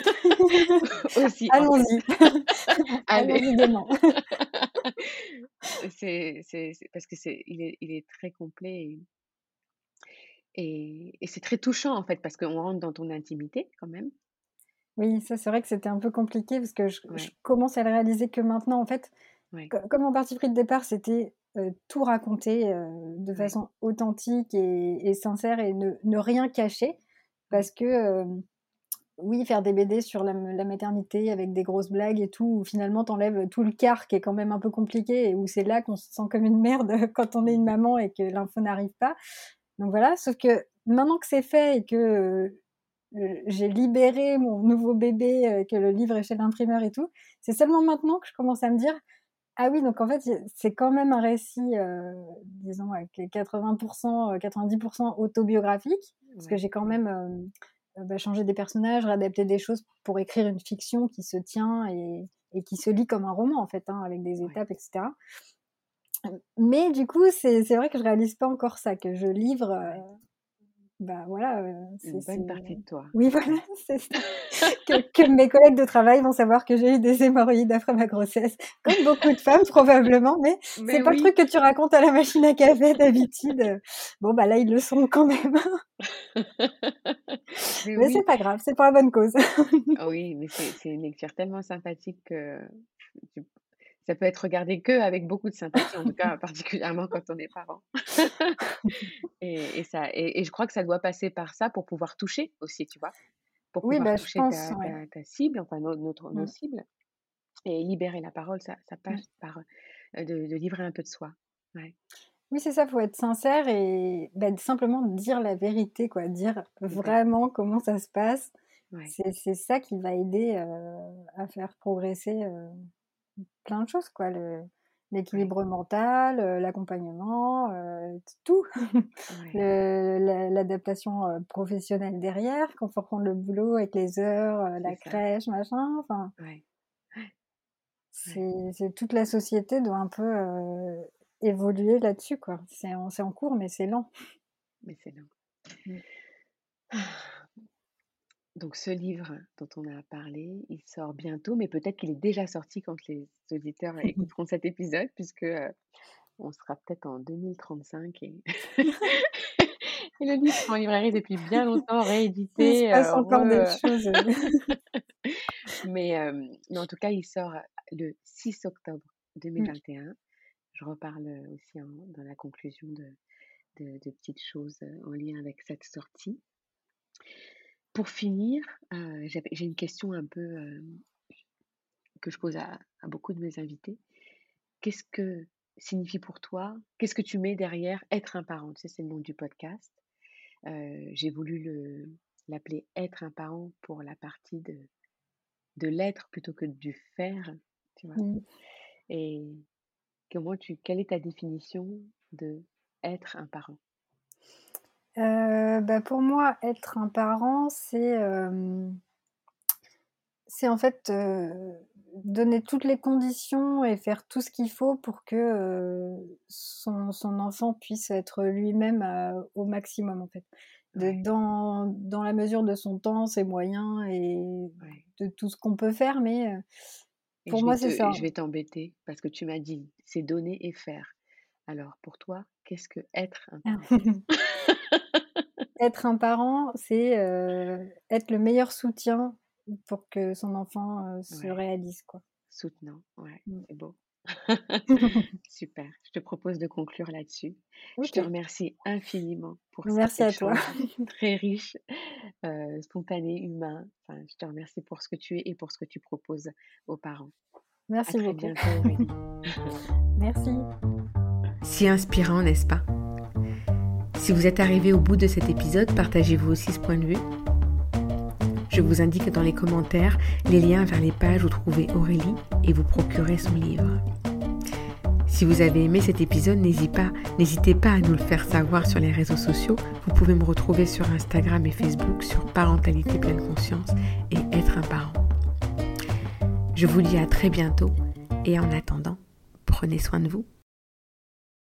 aussi, en fait. Allons-y, Allez. allons-y gaiement. C'est c'est c'est parce que c'est il est il est très complet et et et c'est très touchant, en fait, parce qu'on rentre dans ton intimité quand même. Oui, ça c'est vrai que c'était un peu compliqué parce que je, je Ouais, commence à le réaliser que maintenant en fait. ouais, Co Comme mon parti pris de départ, c'était, heu, tout raconter, heu, de ouais, façon authentique et et sincère et ne ne rien cacher ouais, parce que, hem, oui, faire des B D sur la m la maternité avec des grosses blagues et tout, où finalement tu enlèves tout le quart qui est quand même un peu compliqué et où c'est là qu'on se sent comme une merde quand on est une mmh, maman et que l'info n'arrive pas. Donc voilà, sauf que maintenant que c'est fait et que, heu, j'ai libéré mon nouveau bébé, heu, que le livre est chez l'imprimeur et tout, c'est seulement maintenant que je commence à me dire: ah oui, donc en fait, y c'est quand même un récit, heu, disons avec les quatre-vingts heu, quatre-vingt-dix autobiographique, parce que ouais, j'ai quand ouais, même, hem, heu, bah, changé des personnages, réadapté des choses pour écrire une fiction qui se tient et et qui se lit comme un roman en fait, hein, avec des ouais, étapes et cetera. Mais du coup, c'est c'est vrai que je réalise pas encore ça, que je livre, ouais. heu, bah, voilà, heu, c'est Une c'est bonne partie de toi. oui, voilà, Ouais. c'est ça. Que que mes collègues de travail vont savoir que j'ai eu des hémorroïdes après ma grossesse, comme beaucoup de femmes probablement, mais c'est Mais pas le oui! truc que tu racontes à la machine à café d'habitude. Bon, bah, là, ils le sont quand même. Mais Mais oui. c'est pas grave, c'est pour la bonne cause. Ah oui, mais c'est c'est une lecture tellement sympathique que tu ça peut être regardé qu'avec beaucoup de sympathie, en tout cas, particulièrement quand on est parent. Et et ça et et je crois que ça doit passer par ça pour pouvoir toucher aussi, tu vois? Pour Oui, pouvoir bah, je toucher pense, ta ouais. ta ta cible, enfin no notre nos Mmh, cibles et libérer la parole, ça ça mmh. passe par, heu, de de livrer un peu de soi. Ouais. Oui, c'est ça, faut être sincère et bah, simplement dire la vérité, quoi. Dire vraiment comment ça se passe. Ouais. C'est c'est ça qui va aider, heu, à faire progresser, heu, plein de choses, quoi. Le Ouais. l'équilibre mental, heu, l'accompagnement, heu, t tout. Ouais. Le la l'adaptation, heu, professionnelle derrière, quand faut reprendre le boulot avec les heures, heu, C'est la ça. crèche, machin, enfin, Ouais. Ouais. c'est c'est toute la société doit un peu, heu, évoluer là-dessus, quoi. C'est en c'est en cours, mais c'est lent. Mais c'est long. Mmh. Donc ce livre dont on a parlé, il sort bientôt, mais peut-être qu'il est déjà sorti quand les auditeurs écouteront cet épisode puisque, heu, on sera peut-être en deux mille trente-cinq et et le livre sera en librairie depuis bien longtemps, Il se réédité, passe heu, encore des re choses, heu mais hem, mais en tout cas, il sort le six octobre Mmh. deux mille vingt et un. Je reparle, aussi en dans la conclusion de de de petites choses, heu, en lien avec cette sortie. Pour finir, heu, j'avais j'ai une question un peu, hem, que je pose à à beaucoup de mes invités. Qu'est-ce que signifie pour toi qu'est-ce que tu mets derrière être un parent? Tu sais, c'est le nom du podcast. Heu, j'ai voulu le l'appeler «Être un parent» pour la partie de de l'être plutôt que du faire, tu vois? Mmh. Et comment tu quelle est ta définition de être un parent? Heu, bah, pour moi, être un parent, c'est, hem, c'est en fait, heu, donner toutes les conditions et faire tout ce qu'il faut pour que, heu, son son enfant puisse être lui-même, heu, au maximum, en fait. De Ouais, dans dans la mesure de son temps, ses moyens et ouais. de tout ce qu'on peut faire, mais, heu, Et pour je vais moi, c'est te ça. je vais t'embêter parce que tu m'as dit: «C'est donner et faire». Alors pour toi, qu'est-ce que être un parent? Être un parent, c'est, heu, être le meilleur soutien pour que son enfant, heu, se Ouais, réalise, quoi. soutenant, ouais, Mmh. c'est beau. Super, je te propose de conclure là-dessus. Je te OK. remercie infiniment pour cet Merci à toi. échange très riche, heu, spontané, humain. Enfin, je te remercie pour ce que tu es et pour ce que tu proposes aux parents. À Merci très beaucoup. bientôt Aurélie. Merci. Si inspirant, n'est-ce pas? Si vous êtes arrivé au bout de cet épisode, partagez-vous aussi ce point de vue? Je vous indique dans les commentaires les liens vers les pages où trouver Aurélie et vous procurer son livre. Si vous avez aimé cet épisode, n'hésitez pas, n'hésitez pas à nous le faire savoir sur les réseaux sociaux. Vous pouvez me retrouver sur Instagram et Facebook sur Parentalité Pleine Conscience et Être un parent. Je vous dis à très bientôt et en attendant, prenez soin de vous.